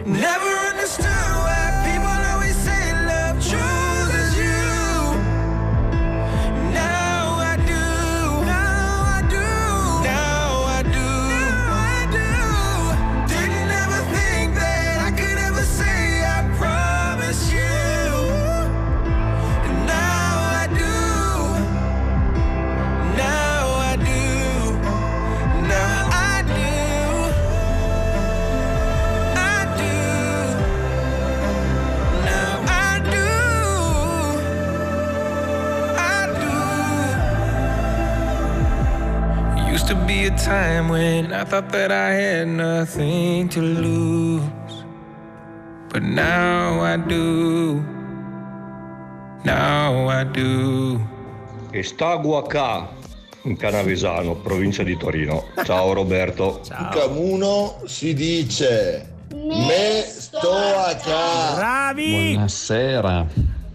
Never understood why people always say love chooses you. Now I do, now I do, now I do, now I do. Didn't ever think that I could ever say I promise you. And now I do, now I do, now I do. Used to be a time when I thought that I had nothing to lose, but now I do, now I do. Estaguacà, in Canavesano, provincia di Torino. Ciao Roberto. In Camuno si dice me sto a ca. Bravi! Buonasera,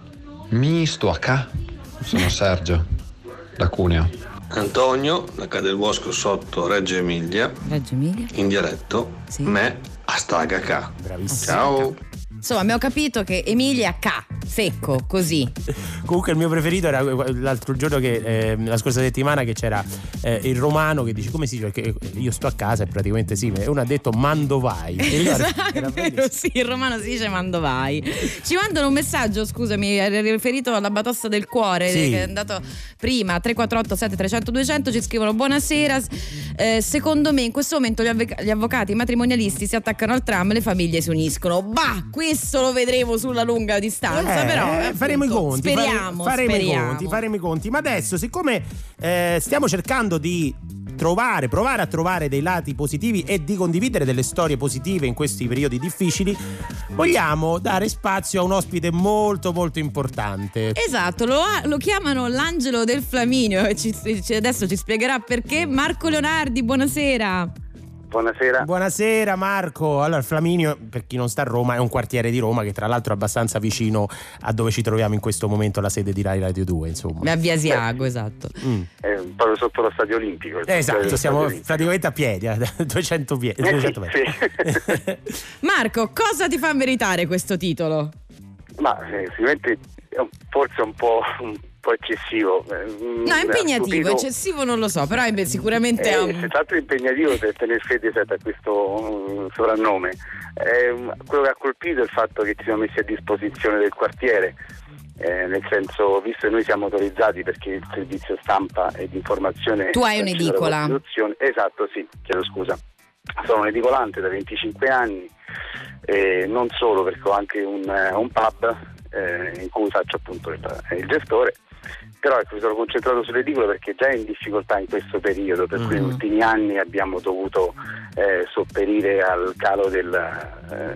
mi sto a ca. Sono Sergio, da Cuneo. Antonio, da Ca del Bosco sotto Reggio Emilia. Reggio Emilia? In dialetto, sì. Me a staga ca. Bravissimo. Ciao. Insomma, abbiamo capito che Emilia K, secco, così. Comunque il mio preferito era l'altro giorno, che la scorsa settimana, che c'era il romano che dice come si dice, perché io sto a casa e praticamente sì, e uno ha detto mandovai. Esatto, è vero, sì, il romano si dice mandovai. Ci mandano un messaggio, scusami, è riferito alla batosta del cuore, sì, che è andato prima, 348 7300 200, ci scrivono buonasera, secondo me in questo momento gli avvocati matrimonialisti si attaccano al tram, le famiglie si uniscono. Bah, questo lo vedremo sulla lunga distanza, però appunto, faremo i conti, faremo i conti. Ma adesso, siccome stiamo cercando di provare a trovare dei lati positivi e di condividere delle storie positive in questi periodi difficili, vogliamo dare spazio a un ospite molto molto importante. Esatto, lo chiamano l'angelo del Flaminio e adesso ci spiegherà perché. Marco Leonardi, buonasera. Buonasera. Buonasera Marco. Allora, Flaminio, per chi non sta a Roma, è un quartiere di Roma che tra l'altro è abbastanza vicino a dove ci troviamo in questo momento, la sede di Rai Radio 2, insomma. A Via Asiago, esatto. È proprio sotto lo Stadio Olimpico. Esatto, siamo praticamente a piedi, a 200 piedi. 200 metri. Sì. Marco, cosa ti fa meritare questo titolo? Ma sicuramente è forse un po' eccessivo. No, è impegnativo, eccessivo non lo so, però sicuramente è stato impegnativo per tenere fede a questo soprannome. Quello che ha colpito è il fatto che ci siamo messi a disposizione del quartiere, nel senso, visto che noi siamo autorizzati perché il servizio stampa e di informazione. Tu hai un'edicola? Esatto, sì, chiedo scusa. Sono un edicolante da 25 anni, non solo, perché ho anche un pub in cui faccio appunto il gestore. Però ecco, mi sono concentrato sull'edicola perché già è in difficoltà in questo periodo, per cui negli ultimi anni abbiamo dovuto sopperire al calo della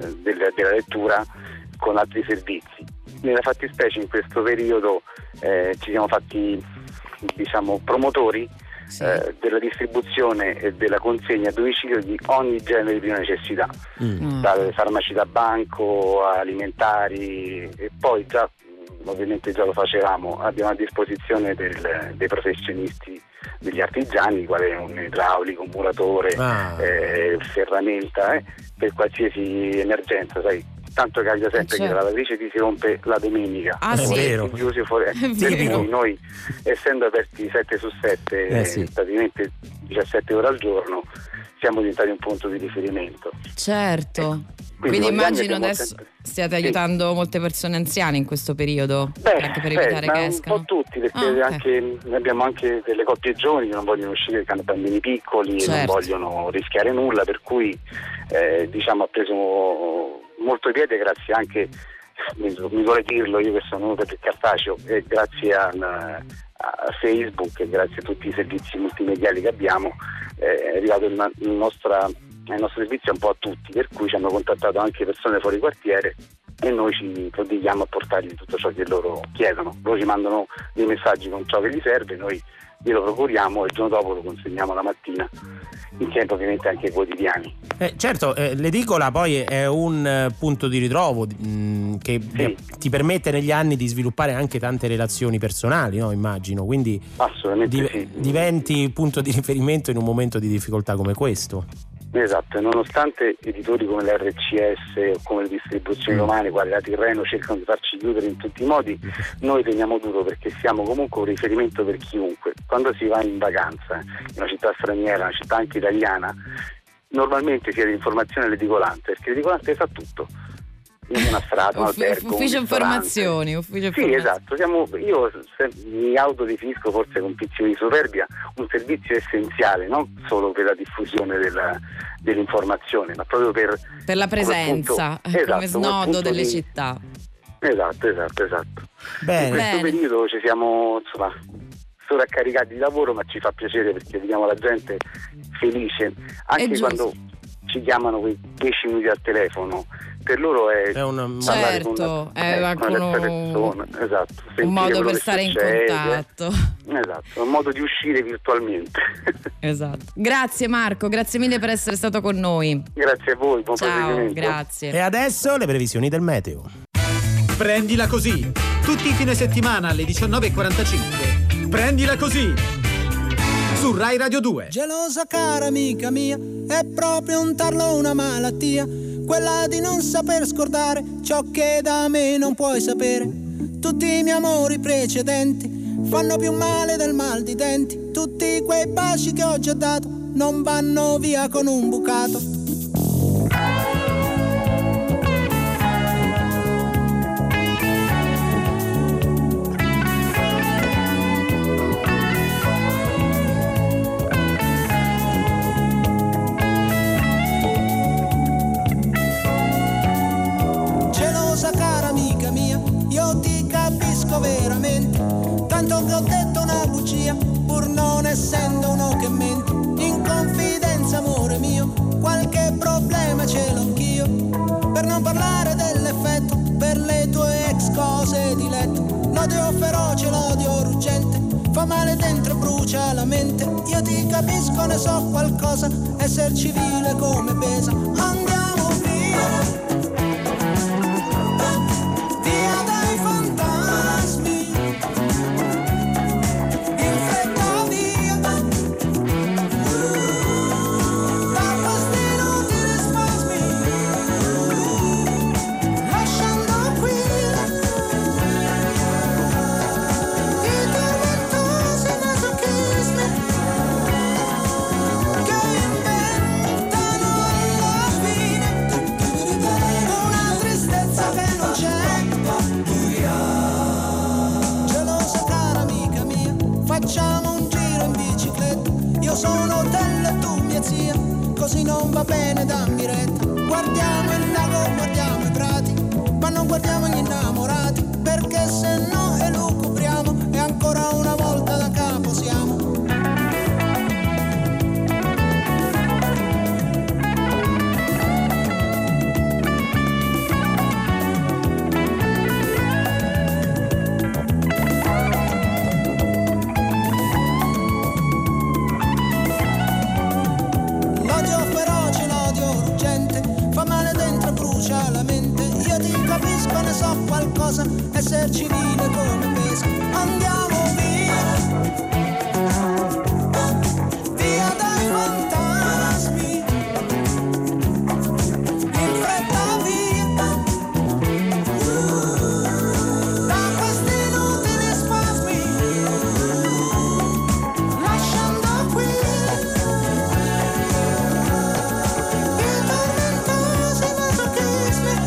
lettura con altri servizi. Nella fattispecie in questo periodo ci siamo fatti, diciamo, promotori della distribuzione e della consegna a domicilio di ogni genere di prima necessità, dalle farmaci da banco, alimentari, e poi già ovviamente già lo facevamo, abbiamo a disposizione dei professionisti, degli artigiani, quale un idraulico, un muratore, ferramenta, per qualsiasi emergenza, sai. Tanto capita sempre che la lavatrice ti si rompe la domenica. Vero. Per noi, essendo aperti 7 su 7, praticamente 17 ore al giorno, siamo diventati un punto di riferimento. Abbiamo Quindi immagino adesso stiate aiutando molte persone anziane in questo periodo, anche per evitare che escano. Un po' tutti, perché abbiamo anche delle coppie giovani che non vogliono uscire perché hanno bambini piccoli e non vogliono rischiare nulla, per cui ha preso molto piede, grazie anche, mi vuole dirlo io che sono uno per il cartaceo, grazie a Facebook e grazie a tutti i servizi multimediali che abbiamo, è arrivato il nostro servizio un po' a tutti, per cui ci hanno contattato anche persone fuori quartiere e noi ci prodighiamo a portargli tutto ciò che loro chiedono. Loro ci mandano dei messaggi con ciò che gli serve, noi glielo procuriamo e il giorno dopo lo consegniamo la mattina, in tempo ovviamente anche quotidiani. Certo, l'edicola poi è un punto di ritrovo che ti permette negli anni di sviluppare anche tante relazioni personali, no? Immagino, quindi assolutamente diventi punto di riferimento in un momento di difficoltà come questo. Esatto, e nonostante editori come l'RCS o come le distribuzioni romane, quali la Tirreno, cercano di farci chiudere in tutti i modi, noi teniamo duro perché siamo comunque un riferimento per chiunque. Quando si va in vacanza in una città straniera, una città anche italiana, normalmente si ha l'informazione all'edicolante, perché l'edicolante sa tutto. Una strada, un albergo, ufficio un informazioni. Sì, esatto. Io mi autodefinisco forse con pizzico di superbia un servizio essenziale, non solo per la diffusione dell'informazione, ma proprio per la presenza come snodo delle città. Esatto. Bene. In questo periodo ci siamo sovraccaricati di lavoro, ma ci fa piacere perché vediamo la gente felice, anche quando ci chiamano quei 10 minuti al telefono. Per loro è parlare con un'altra persona, esatto, un modo per stare in contatto. Esatto, un modo di uscire virtualmente. Esatto. Grazie Marco, grazie mille per essere stato con noi. Grazie a voi, buon proseguimento. Grazie. E adesso le previsioni del meteo. Prendila così, tutti i fine settimana alle 19:45. Prendila così, su Rai Radio 2. Gelosa cara amica mia, è proprio un tarlo, una malattia, quella di non saper scordare ciò che da me non puoi sapere. Tutti i miei amori precedenti fanno più male del mal di denti. Tutti quei baci che ho già dato non vanno via con un bucato. Veramente, tanto che ho detto una bugia, pur non essendo uno che mente. In confidenza, amore mio, qualche problema ce l'ho anch'io, per non parlare dell'effetto per le tue ex cose di letto. L'odio feroce, l'odio ruggente, fa male dentro, brucia la mente. Io ti capisco, ne so qualcosa, esser civile come pesa. Andiamo via. Facciamo un giro in bicicletta, io sono Otello e tu mia zia, così non va bene, dammi retta. Guardiamo il lago, guardiamo i prati, ma non guardiamo gli innamorati, perché se no elucubriamo e ancora una volta da capo siamo. Ne so qualcosa, esser civile come pesa. Andiamo via, via dai fantasmi, in fretta via, da questi inutili spasmi, lasciando qui i tormentosi masochismi.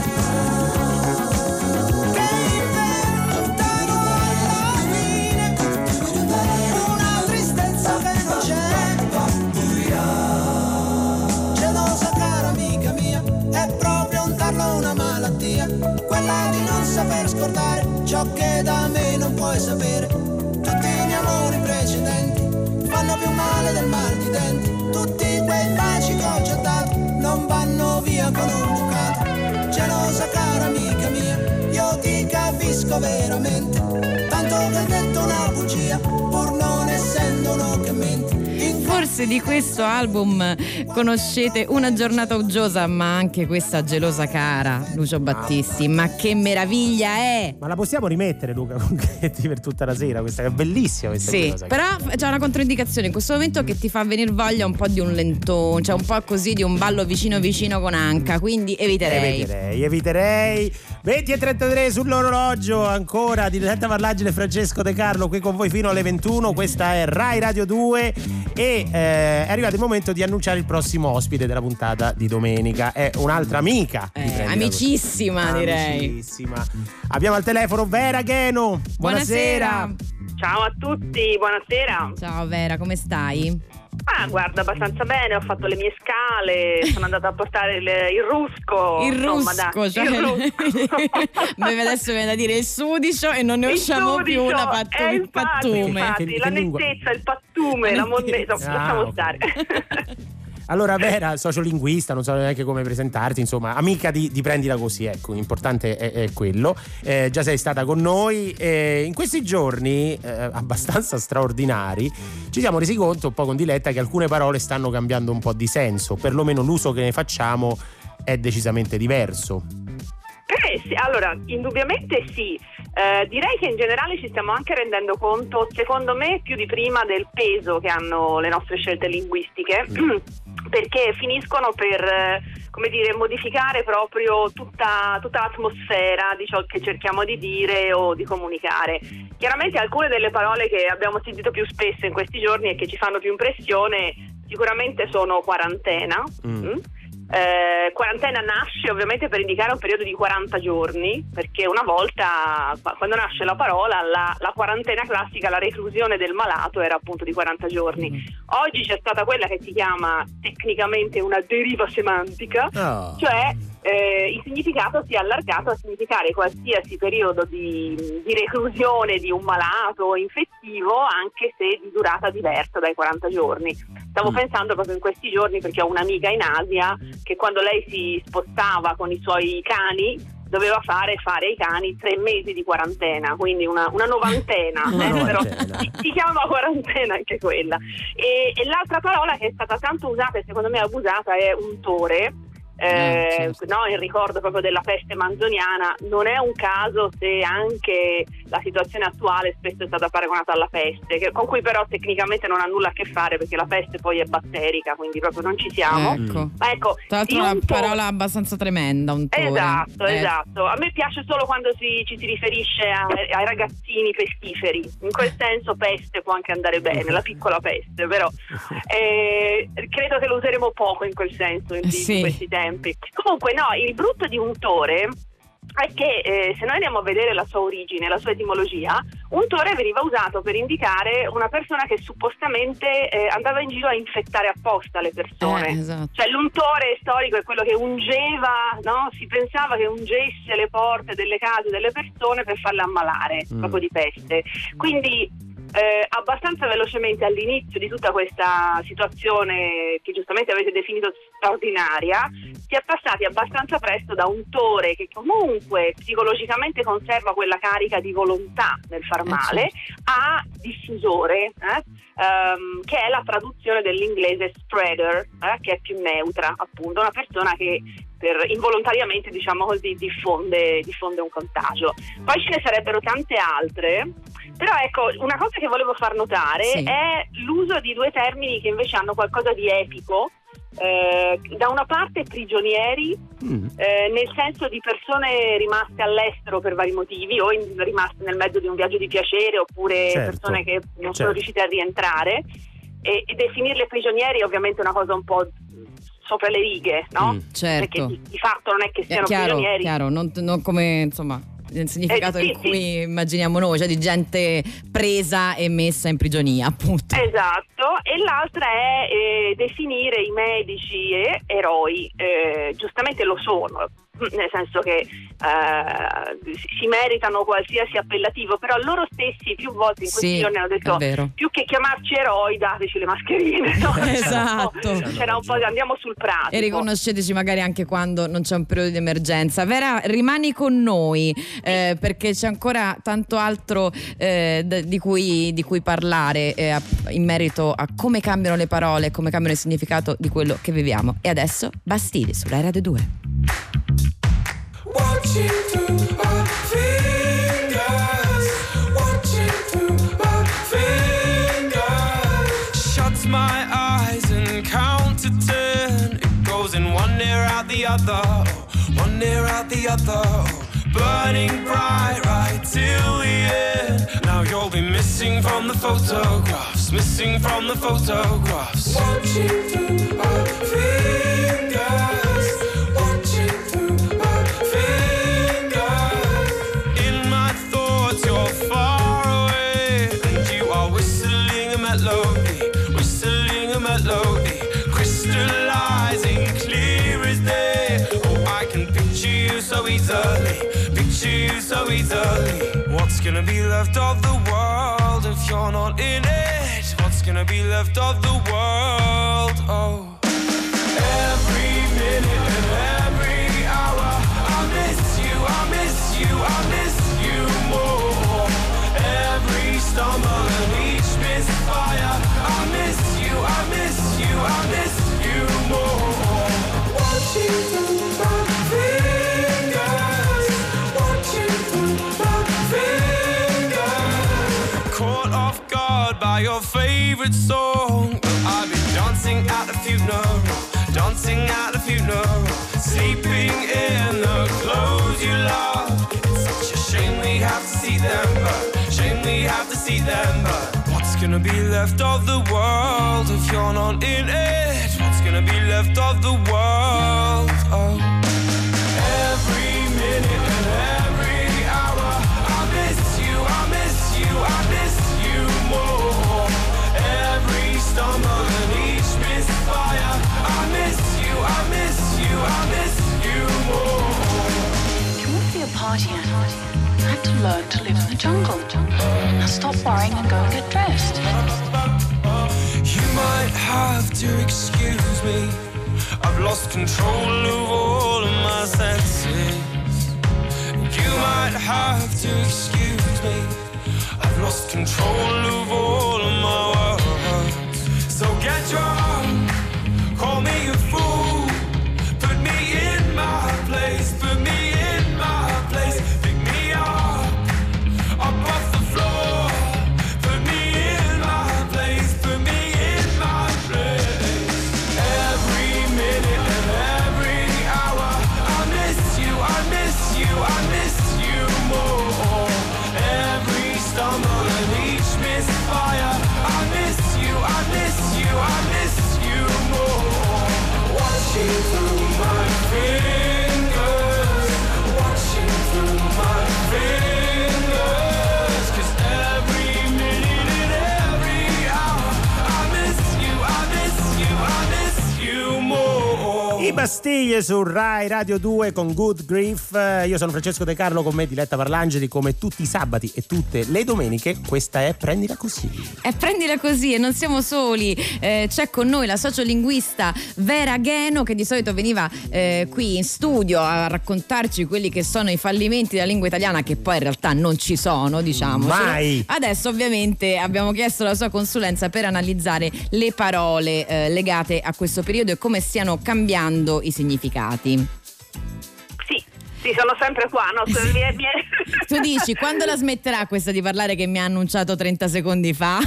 Quella di non saper scordare ciò che da me non puoi sapere. Tutti i miei amori precedenti fanno più male del mal di denti. Tutti quei baci che ho già dato non vanno via con un bucato. Gelosa cara amica mia, io ti capisco veramente, tanto che ho detto una bugia, pur non essendo uno che mente. Forse remix di questo album conoscete Una giornata uggiosa, ma anche questa gelosa cara, Lucio Battisti. Ma che meraviglia è! Ma la possiamo rimettere, Luca Conghetti, per tutta la sera? Questa è bellissima questa cosa. Però c'è una controindicazione in questo momento che ti fa venire voglia un po' di un lentone, cioè un po' così di un ballo vicino vicino con Anca, quindi eviterei. 20:33 sull'orologio, ancora di Diletta Parlagine e Francesco De Carlo qui con voi fino alle 21. Questa è Rai Radio 2 e è arrivato il momento di annunciare il prossimo ospite della puntata di domenica. È un'altra amica, amicissima, direi. Amicissima. Abbiamo al telefono Vera Gheno. Buonasera. Ciao a tutti, buonasera. Ciao Vera, come stai? Guarda, abbastanza bene, ho fatto le mie scale, sono andata a portare il rusco. Il rusco. Adesso viene da dire il sudicio e non ne usciamo più il pattume. Infatti, la nettezza, il pattume, la monnezza, lasciamo stare. Allora Vera, sociolinguista, non so neanche come presentarti, insomma, amica di Prendila Così, ecco, l'importante è quello. Già sei stata con noi in questi giorni abbastanza straordinari. Ci siamo resi conto un po' con Diletta che alcune parole stanno cambiando un po' di senso, perlomeno l'uso che ne facciamo è decisamente diverso. Sì, allora, indubbiamente sì. Direi che in generale ci stiamo anche rendendo conto, secondo me, più di prima del peso che hanno le nostre scelte linguistiche, perché finiscono per, modificare proprio tutta l'atmosfera di ciò che cerchiamo di dire o di comunicare. Chiaramente alcune delle parole che abbiamo sentito più spesso in questi giorni e che ci fanno più impressione sicuramente sono quarantena. Quarantena nasce ovviamente per indicare un periodo di 40 giorni, perché una volta, quando nasce la parola, la quarantena classica, la reclusione del malato, era appunto di 40 giorni. Oggi c'è stata quella che si chiama tecnicamente una deriva semantica, cioè il significato si è allargato a significare qualsiasi periodo di reclusione di un malato infettivo, anche se di durata diversa dai 40 giorni. Stavo pensando proprio in questi giorni, perché ho un'amica in Asia che quando lei si spostava con i suoi cani doveva fare ai cani 3 mesi di quarantena, quindi una novantena, però si chiama quarantena anche quella. E l'altra parola che è stata tanto usata e secondo me abusata è untore. In ricordo proprio della peste manzoniana. Non è un caso se anche la situazione attuale spesso è stata paragonata alla peste, con cui però tecnicamente non ha nulla a che fare, perché la peste poi è batterica, quindi proprio non ci siamo. Ecco, tra l'altro è una parola abbastanza tremenda, untore. Esatto. A me piace solo quando ci si riferisce ai ragazzini pestiferi. In quel senso peste può anche andare bene, la piccola peste, però credo che lo useremo poco in quel senso in questi tempi. Comunque il brutto di untore è che se noi andiamo a vedere la sua origine, la sua etimologia, untore veniva usato per indicare una persona che suppostamente andava in giro a infettare apposta le persone. Esatto. Cioè l'untore storico è quello che ungeva, no? Si pensava che ungesse le porte delle case delle persone per farle ammalare proprio di peste. Quindi abbastanza velocemente all'inizio di tutta questa situazione che giustamente avete definito straordinaria, si è passati abbastanza presto da untore, che comunque psicologicamente conserva quella carica di volontà nel far male, a diffusore, che è la traduzione dell'inglese spreader, che è più neutra, appunto, una persona che involontariamente, diciamo così, diffonde un contagio. Poi ce ne sarebbero tante altre, però ecco, una cosa che volevo far notare è l'uso di 2 termini che invece hanno qualcosa di epico. Da una parte prigionieri, nel senso di persone rimaste all'estero per vari motivi, o rimaste nel mezzo di un viaggio di piacere, oppure persone che non sono riuscite a rientrare, e definirle prigionieri è ovviamente una cosa un po' sopra le righe, no? Certo. Perché di fatto non è che siano prigionieri. Chiaro, non come, insomma, nel significato in cui immaginiamo noi, cioè di gente presa e messa in prigionia, appunto. Esatto. E l'altra è definire i medici eroi, giustamente lo sono, nel senso che si meritano qualsiasi appellativo, però loro stessi più volte in questi giorni hanno detto più che chiamarci eroi dateci le mascherine, no? Esatto, c'era un po' andiamo sul pratico e riconosceteci magari anche quando non c'è un periodo di emergenza. Vera, rimani con noi perché c'è ancora tanto altro di cui parlare in merito a come cambiano le parole, come cambiano il significato di quello che viviamo. E adesso Bastille su Rai Radio 2. Watching through our fingers, watching through our fingers. Shuts my eyes and count to 10. It goes in one ear out the other, one ear out the other. Burning bright right till the end. Now you'll be missing from the photographs, missing from the photographs. Watching through our fingers. So easily. What's gonna be left of the world if you're not in it? What's gonna be left of the world? Oh, every minute and every hour, I miss you, I miss you, I miss you more. Every stumble and each misfire, I miss you, I miss you, I miss you more. Watching through my by your favorite song. I've been dancing at the funeral, dancing at the funeral, sleeping in the clothes you love. It's such a shame we have to see them, but shame we have to see them, but what's gonna be left of the world if you're not in it? What's gonna be left of the world? Oh, every minute and every hour, I miss you, I miss you, I miss you more. Every stumble and each misfire, I miss you, I miss you, I miss you more. You won't be a party animal. I have to learn to live in the jungle. Now stop worrying and go and get dressed. You might have to excuse me. I've lost control of all of my senses. You might have to excuse me. I've lost control of all of my words. So get drunk, call me a fool, put me in my place, put me in my place, pick me up off the floor, put me in my place, put me in my place. Every minute and every hour, I miss you, I miss you, I miss you more. Every stumble and each misfire, I miss you, I miss you, I miss you more. Watching through my fingers, watching through my fingers, 'cause every minute and every hour, I miss you, I miss you, I miss you more. I Bastille su Rai Radio 2 con Good Grief. Io sono Francesco De Carlo, con me Diletta Parlangeli, come tutti i sabati e tutte le domeniche. Questa è Prendila Così. Prendila Così, e non siamo soli, c'è con noi la sociolinguista Vera Gheno, che di solito veniva qui in studio a raccontarci quelli che sono i fallimenti della lingua italiana, che poi in realtà non ci sono, diciamo. Mai. Adesso ovviamente abbiamo chiesto la sua consulenza per analizzare le parole legate a questo periodo e come stiano cambiando i significati. Sì, sono sempre qua, no? Tu dici, quando la smetterà questa di parlare che mi ha annunciato 30 secondi fa?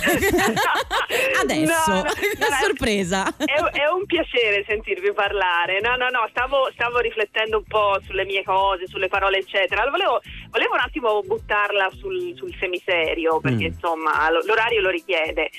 Adesso, no, sorpresa. È un piacere sentirvi parlare. No, stavo riflettendo un po' sulle mie cose, sulle parole, eccetera. volevo un attimo buttarla sul semiserio, perché insomma l'orario lo richiede.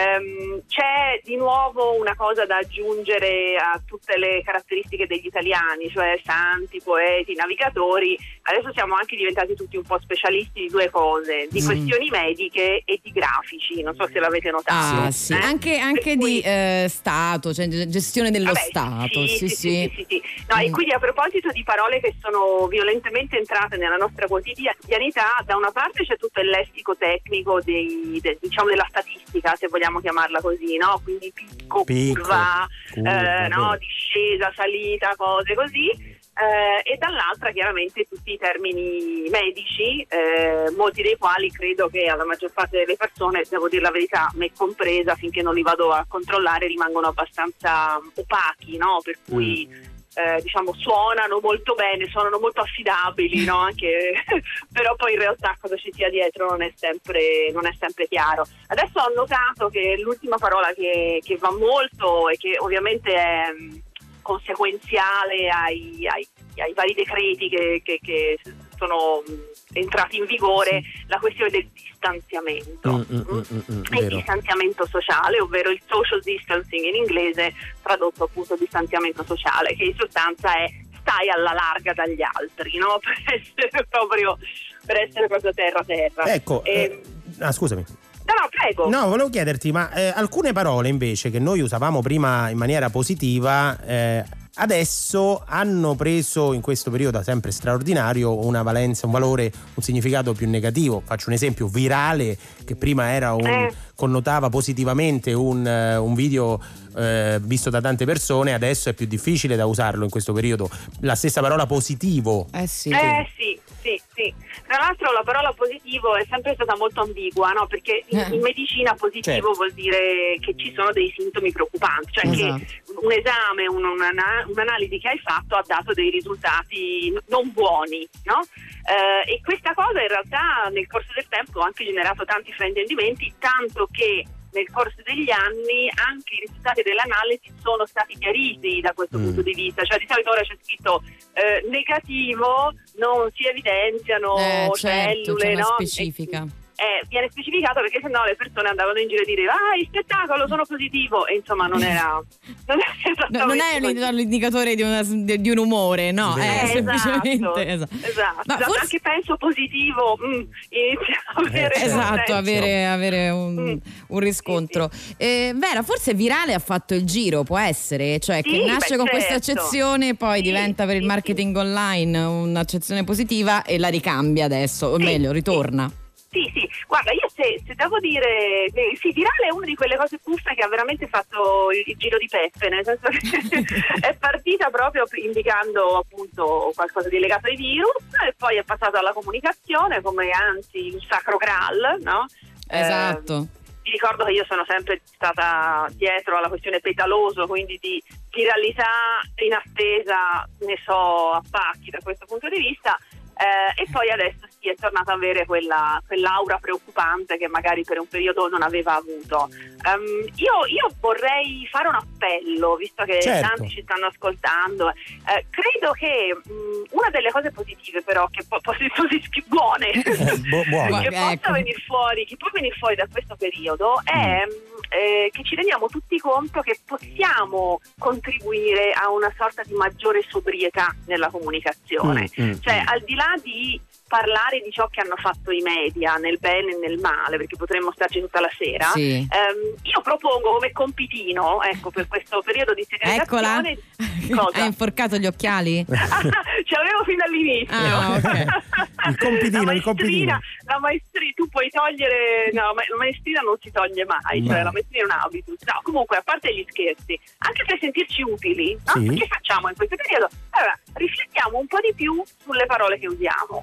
C'è di nuovo una cosa da aggiungere a tutte le caratteristiche degli italiani, cioè santi, poeti, navigatori. Adesso siamo anche diventati tutti un po' specialisti di due cose, di questioni mediche e di grafici, non so se l'avete notato. Sì. Anche di Stato, cioè gestione dello Stato. Sì. No, e quindi a proposito di parole che sono violentemente entrate nella nostra quotidianità, da una parte c'è tutto il lessico tecnico diciamo della statistica, se vogliamo chiamarla così, no? Quindi picco, curva, no? Discesa, salita, cose così. E dall'altra chiaramente tutti i termini medici, molti dei quali credo che alla maggior parte delle persone, devo dire la verità, me compresa, finché non li vado a controllare, rimangono abbastanza opachi, no? Per cui diciamo suonano molto bene, suonano molto affidabili, no? Anche però poi in realtà cosa ci sia dietro non è sempre chiaro. Adesso ho notato che l'ultima parola che va molto e che ovviamente è conseguenziale ai vari decreti che sono entrati in vigore, la questione del distanziamento, il distanziamento sociale, ovvero il social distancing in inglese, tradotto appunto distanziamento sociale, che in sostanza è stai alla larga dagli altri, no? Per essere proprio terra. Ecco, scusami. No, prego. No, volevo chiederti, ma alcune parole invece che noi usavamo prima in maniera positiva, adesso hanno preso in questo periodo sempre straordinario una valenza, un valore, un significato più negativo. Faccio un esempio: virale, che prima era connotava positivamente un video visto da tante persone, adesso è più difficile da usarlo in questo periodo. La stessa parola positivo. Sì. Tra l'altro la parola positivo è sempre stata molto ambigua, no? Perché in medicina positivo vuol dire che ci sono dei sintomi preoccupanti, cioè che un esame, un'analisi che hai fatto ha dato dei risultati non buoni, no? E questa cosa in realtà nel corso del tempo ha anche generato tanti fraintendimenti, tanto che nel corso degli anni anche i risultati dell'analisi sono stati chiariti da questo punto di vista, cioè di solito ora c'è scritto negativo, non si evidenziano cellule, c'è una no? specifica. Viene specificato, perché sennò le persone andavano in giro a dire il spettacolo, sono positivo, e insomma non era non è l'indicatore di un umore, no? Semplicemente esatto. Anche penso positivo inizia a avere un riscontro. Vera, forse virale ha fatto il giro, può essere, cioè che nasce con questa accezione, poi diventa per il marketing online un'accezione positiva e la ricambia adesso, o meglio ritorna. Sì, guarda, io se devo dire, virale è una di quelle cose buffe che ha veramente fatto il giro di Peppe, nel senso che è partita proprio indicando appunto qualcosa di legato ai virus e poi è passata alla comunicazione come anzi il sacro Graal, no? Esatto. Vi ricordo che io sono sempre stata dietro alla questione petaloso, quindi di viralità in attesa, ne so a pacchi da questo punto di vista. E poi adesso è tornata ad avere quell'aura preoccupante che magari per un periodo non aveva avuto. Io vorrei fare un appello, visto che tanti ci stanno ascoltando. Credo che una delle cose positive, però, che buone che possa venire fuori, che può venire fuori da questo periodo è che ci rendiamo tutti conto che possiamo contribuire a una sorta di maggiore sobrietà nella comunicazione, cioè al di là di parlare di ciò che hanno fatto i media nel bene e nel male, perché potremmo starci tutta la sera. Io propongo come compitino, ecco, per questo periodo di segregazione. Cosa? Hai inforcato gli occhiali? Ce l'avevo fin dall'inizio. Okay. Il compitino. La maestria, tu puoi togliere, no, la maestrina non si toglie mai, cioè la maestria è un habitus. No, comunque, a parte gli scherzi, anche per sentirci utili, no? Che facciamo in questo periodo? Allora, riflettiamo un po' di più sulle parole che usiamo.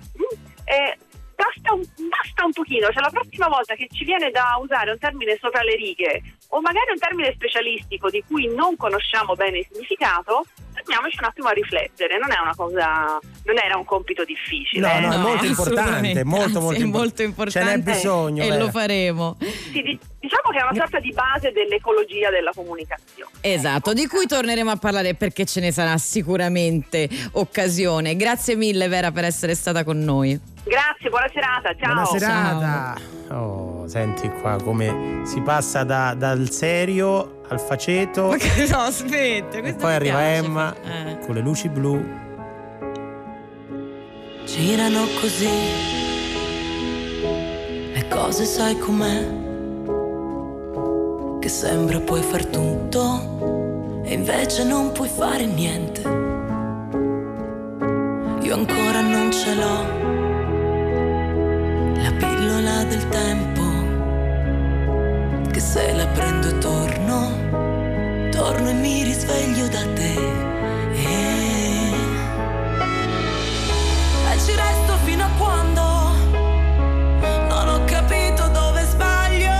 Basta un pochino, cioè la prossima volta che ci viene da usare un termine sopra le righe o magari un termine specialistico di cui non conosciamo bene il significato, fermiamoci un attimo a riflettere. Non era un compito difficile. No, è molto importante, molto importante. Ce n'è bisogno. E lo faremo. Sì, diciamo che è una sorta di base dell'ecologia della comunicazione. Esatto, di cui torneremo a parlare perché ce ne sarà sicuramente occasione. Grazie mille Vera per essere stata con noi. Grazie, buona serata, ciao. Buona serata. Oh, senti qua come si passa dal serio al faceto. Ma che no, aspetta, e poi arriva piace. Emma con le luci blu. Girano così le cose, sai com'è, che sembra puoi far tutto e invece non puoi fare niente. Io ancora non ce l'ho, la pillola del tempo, che se la prendo e torno e mi risveglio da te. E ci resto fino a quando non ho capito dove sbaglio,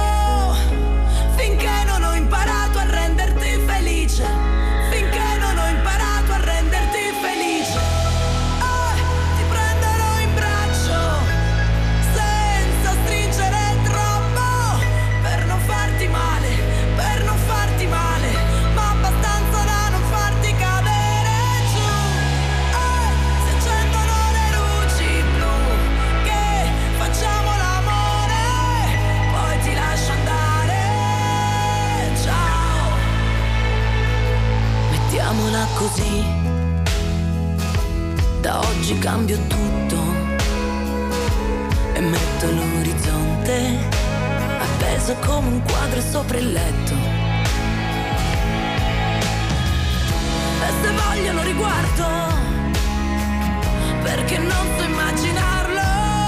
finché non ho imparato a renderti felice, finché non ho imparato a renderti felice. Ti prenderò in braccio senza stringere troppo, per non farti male, ma abbastanza da non farti cadere giù. Si accendono le luci blu, che facciamo l'amore, poi ti lascio andare. Ciao. Mettiamola così, da oggi cambio tutto e metto l'orizzonte appeso come un quadro sopra il letto. E se voglio lo riguardo, perché non so immaginarlo,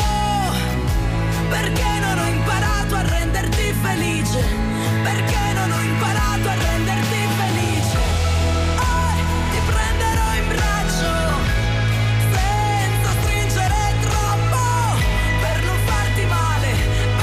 perché non ho imparato a renderti felice, perché non ho imparato a renderti felice. Ti prenderò in braccio senza stringere troppo, per non farti male,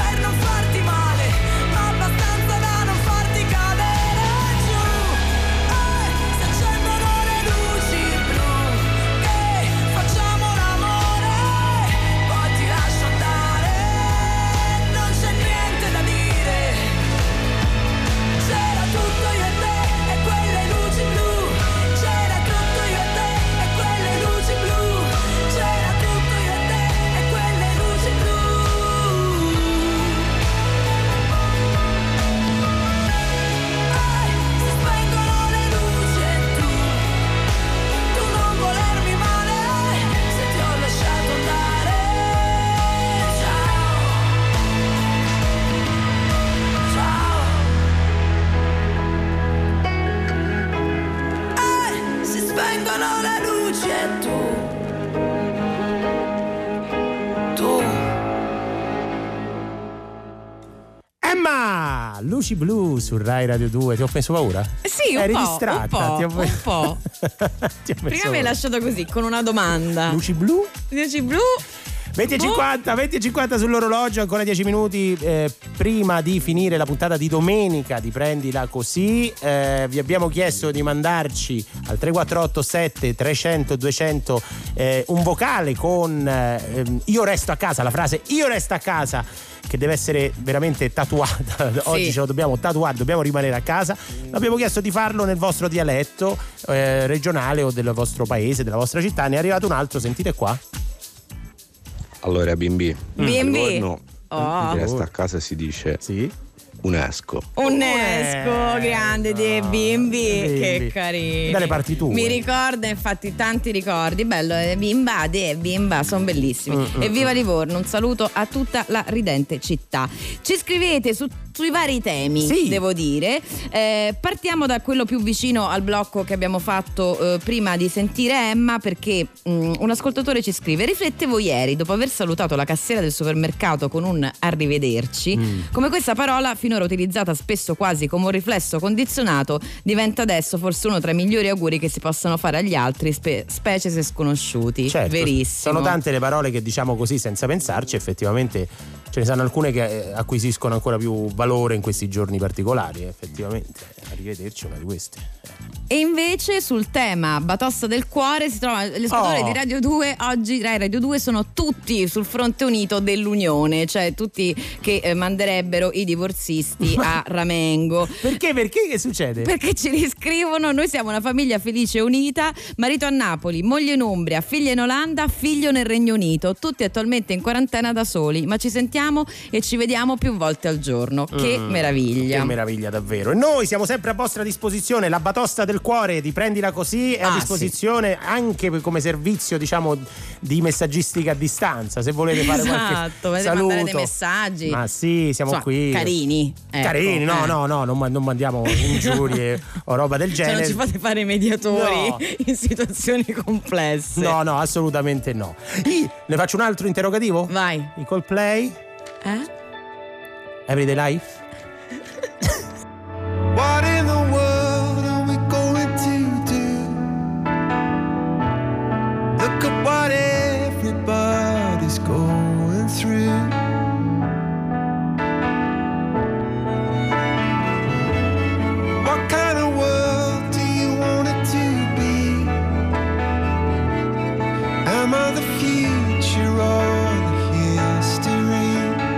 ma abbastanza da non farti cadere giù. Si accendono le luci blu, che facciamo l'amore, poi ti lascio andare. Non c'è niente da dire, c'era tutto io e te e quelle luci blu, c'era tutto io e te e quelle luci blu, c'era tutto io e te e quelle luci blu. Si spengono le luci e tu non volermi male, se ti ho lasciato andare. Ciao, ciao. Si spengono le luci e tu Emma, luci blu su Rai Radio 2. Ti ho messo paura? Sì, un Eri po', distratta. un po'. Ti ho messo Prima mi hai paura. lasciato così, con una domanda. Luci blu? Luci blu? 20:50 sull'orologio, ancora 10 minuti prima di finire la puntata di domenica di Prendila Così. Vi abbiamo chiesto di mandarci al 3487 300 200 un vocale con io resto a casa, la frase io resto a casa, che deve essere veramente tatuata. Oggi ce lo dobbiamo tatuare, dobbiamo rimanere a casa. Abbiamo chiesto di farlo nel vostro dialetto regionale o del vostro paese, della vostra città. Ne è arrivato un altro, sentite qua. Allora, B&B. B&B. Oh. Resta a casa si dice UNESCO. UNESCO, grande di B&B, che carino. Dalle parti tue. Mi ricorda infatti tanti ricordi. Bello, bimba, sono bellissimi. Evviva Livorno, un saluto a tutta la ridente città. Ci scrivete sui vari temi, devo dire. Partiamo da quello più vicino al blocco che abbiamo fatto prima di sentire Emma, perché un ascoltatore ci scrive: riflettevo ieri, dopo aver salutato la cassiera del supermercato con un arrivederci, come questa parola finora utilizzata spesso quasi come un riflesso condizionato diventa adesso forse uno tra i migliori auguri che si possano fare agli altri, specie se sconosciuti. Certo, verissimo. sono tante le parole che diciamo così senza pensarci, effettivamente ce ne saranno alcune che acquisiscono ancora più valore in questi giorni particolari, effettivamente. Arrivederci, una di queste. E invece sul tema batosta del cuore si trova gli ascoltatori di Radio 2. Oggi Rai Radio 2 sono tutti sul fronte unito dell'unione, cioè tutti che manderebbero i divorzisti a Ramengo. Perché? Che succede? Perché ci riscrivono: noi siamo una famiglia felice e unita, marito a Napoli, moglie in Umbria, figlia in Olanda, figlio nel Regno Unito, tutti attualmente in quarantena da soli, ma ci sentiamo e ci vediamo più volte al giorno. Che meraviglia. Che meraviglia davvero. E noi siamo sempre a vostra disposizione. La batosta del cuore di Prendila Così è a disposizione anche come servizio, diciamo, di messaggistica a distanza, se volete fare qualche saluto, mandare dei messaggi. Ma sì, siamo qui carini, ecco. Carini, no, non mandiamo ingiurie o roba del genere. Cioè non ci fate fare i mediatori in situazioni complesse. No, assolutamente no. Ne faccio un altro interrogativo? Vai. I Coldplay? Everyday Life? What in the world are we going to do? Look at what everybody's going through. What kind of world do you want it to be? Am I the future or the history?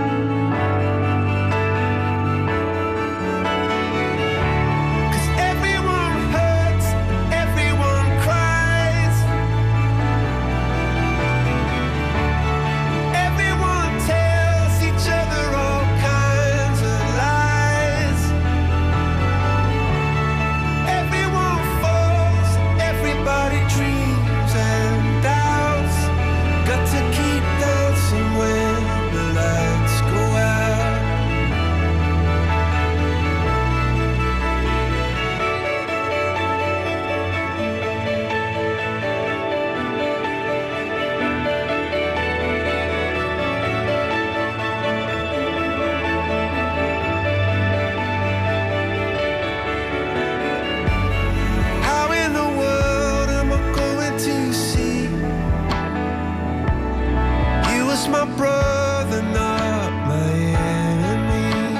My brother, not my enemy.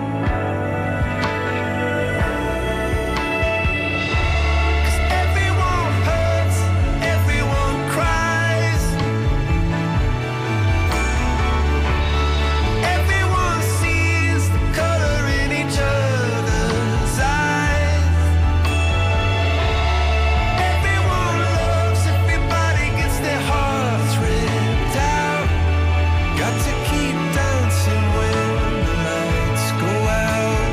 'Cause everyone hurts, everyone cries, everyone sees the color in each other's eyes. Everyone loves, everybody gets their hearts ripped out. Got to keep dancing when the lights go out.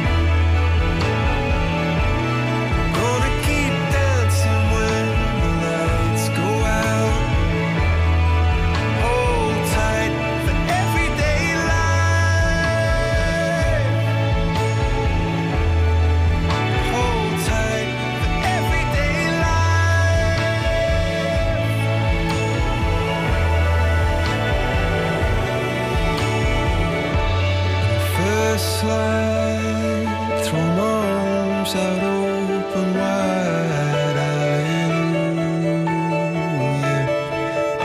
Gonna keep dancing when the lights go out. Hold tight for everyday life. Hold tight for everyday life. First light, throw my arms out open wide. Hallelujah,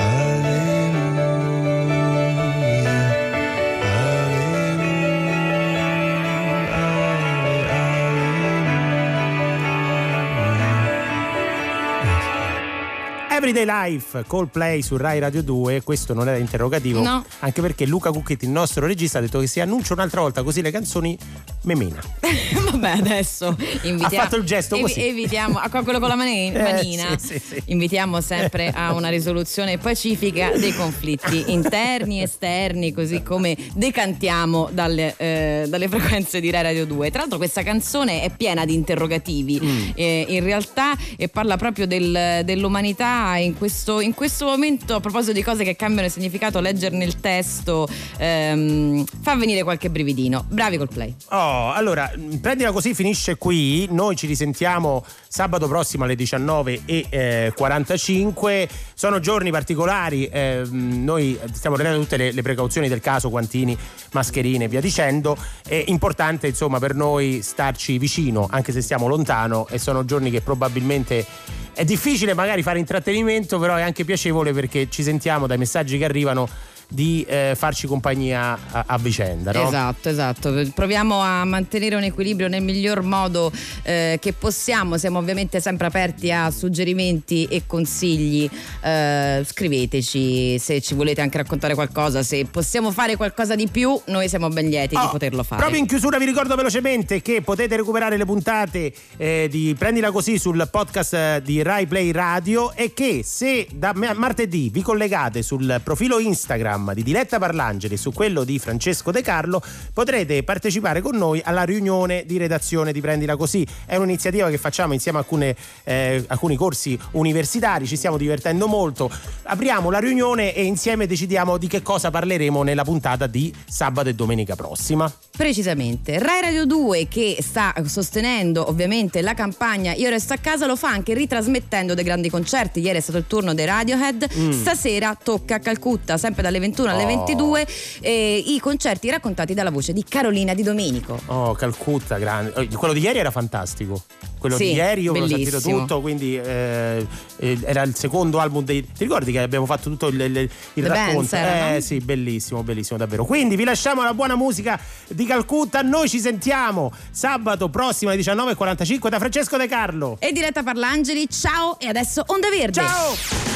Everyday Life, Coldplay su Rai Radio 2. Questo non era interrogativo, no. Anche perché Luca Cucchetti, il nostro regista, ha detto che se annuncio un'altra volta così le canzoni memena. Vabbè, adesso ha fatto il gesto così. Evitiamo quello con la manina. Sì. Invitiamo sempre a una risoluzione pacifica dei conflitti interni e esterni, così come decantiamo dalle frequenze di Rai Radio 2. Tra l'altro questa canzone è piena di interrogativi in realtà, e parla proprio dell'umanità in questo momento. A proposito di cose che cambiano il significato, leggerne il testo fa venire qualche brividino. Bravi Coldplay. Allora, Prendila Così finisce qui. Noi ci risentiamo sabato prossimo alle 19:45. Sono giorni particolari, noi stiamo prendendo tutte le precauzioni del caso, guantini, mascherine e via dicendo. È importante insomma per noi starci vicino anche se stiamo lontano, e sono giorni che probabilmente è difficile magari fare intrattenimento, però è anche piacevole perché ci sentiamo dai messaggi che arrivano di farci compagnia a vicenda, no? Esatto, proviamo a mantenere un equilibrio nel miglior modo che possiamo. Siamo ovviamente sempre aperti a suggerimenti e consigli. Scriveteci se ci volete anche raccontare qualcosa, se possiamo fare qualcosa di più, noi siamo ben lieti di poterlo fare. Proprio in chiusura vi ricordo velocemente che potete recuperare le puntate di Prendila Così sul podcast di Rai Play Radio, e che se da martedì vi collegate sul profilo Instagram di Diletta Parlangeli e su quello di Francesco De Carlo potrete partecipare con noi alla riunione di redazione di Prendila Così. È un'iniziativa che facciamo insieme a alcuni corsi universitari, ci stiamo divertendo molto. Apriamo la riunione e insieme decidiamo di che cosa parleremo nella puntata di sabato e domenica prossima. Precisamente, Rai Radio 2, che sta sostenendo ovviamente la campagna Io resto a casa, lo fa anche ritrasmettendo dei grandi concerti. Ieri è stato il turno dei Radiohead, stasera tocca a Calcutta, sempre dalle 21 alle 22, i concerti raccontati dalla voce di Carolina Di Domenico. Calcutta, grande. Quello di ieri era fantastico. Quello sì, di ieri io l'ho bellissimo. sentito tutto, quindi era il secondo album ti ricordi che abbiamo fatto tutto il racconto? No? Sì, bellissimo davvero. Quindi vi lasciamo alla buona musica di Calcutta. Noi ci sentiamo sabato prossimo alle 19:45 da Francesco De Carlo e Diletta Parlangeli. Ciao, e adesso Onda Verde. Ciao.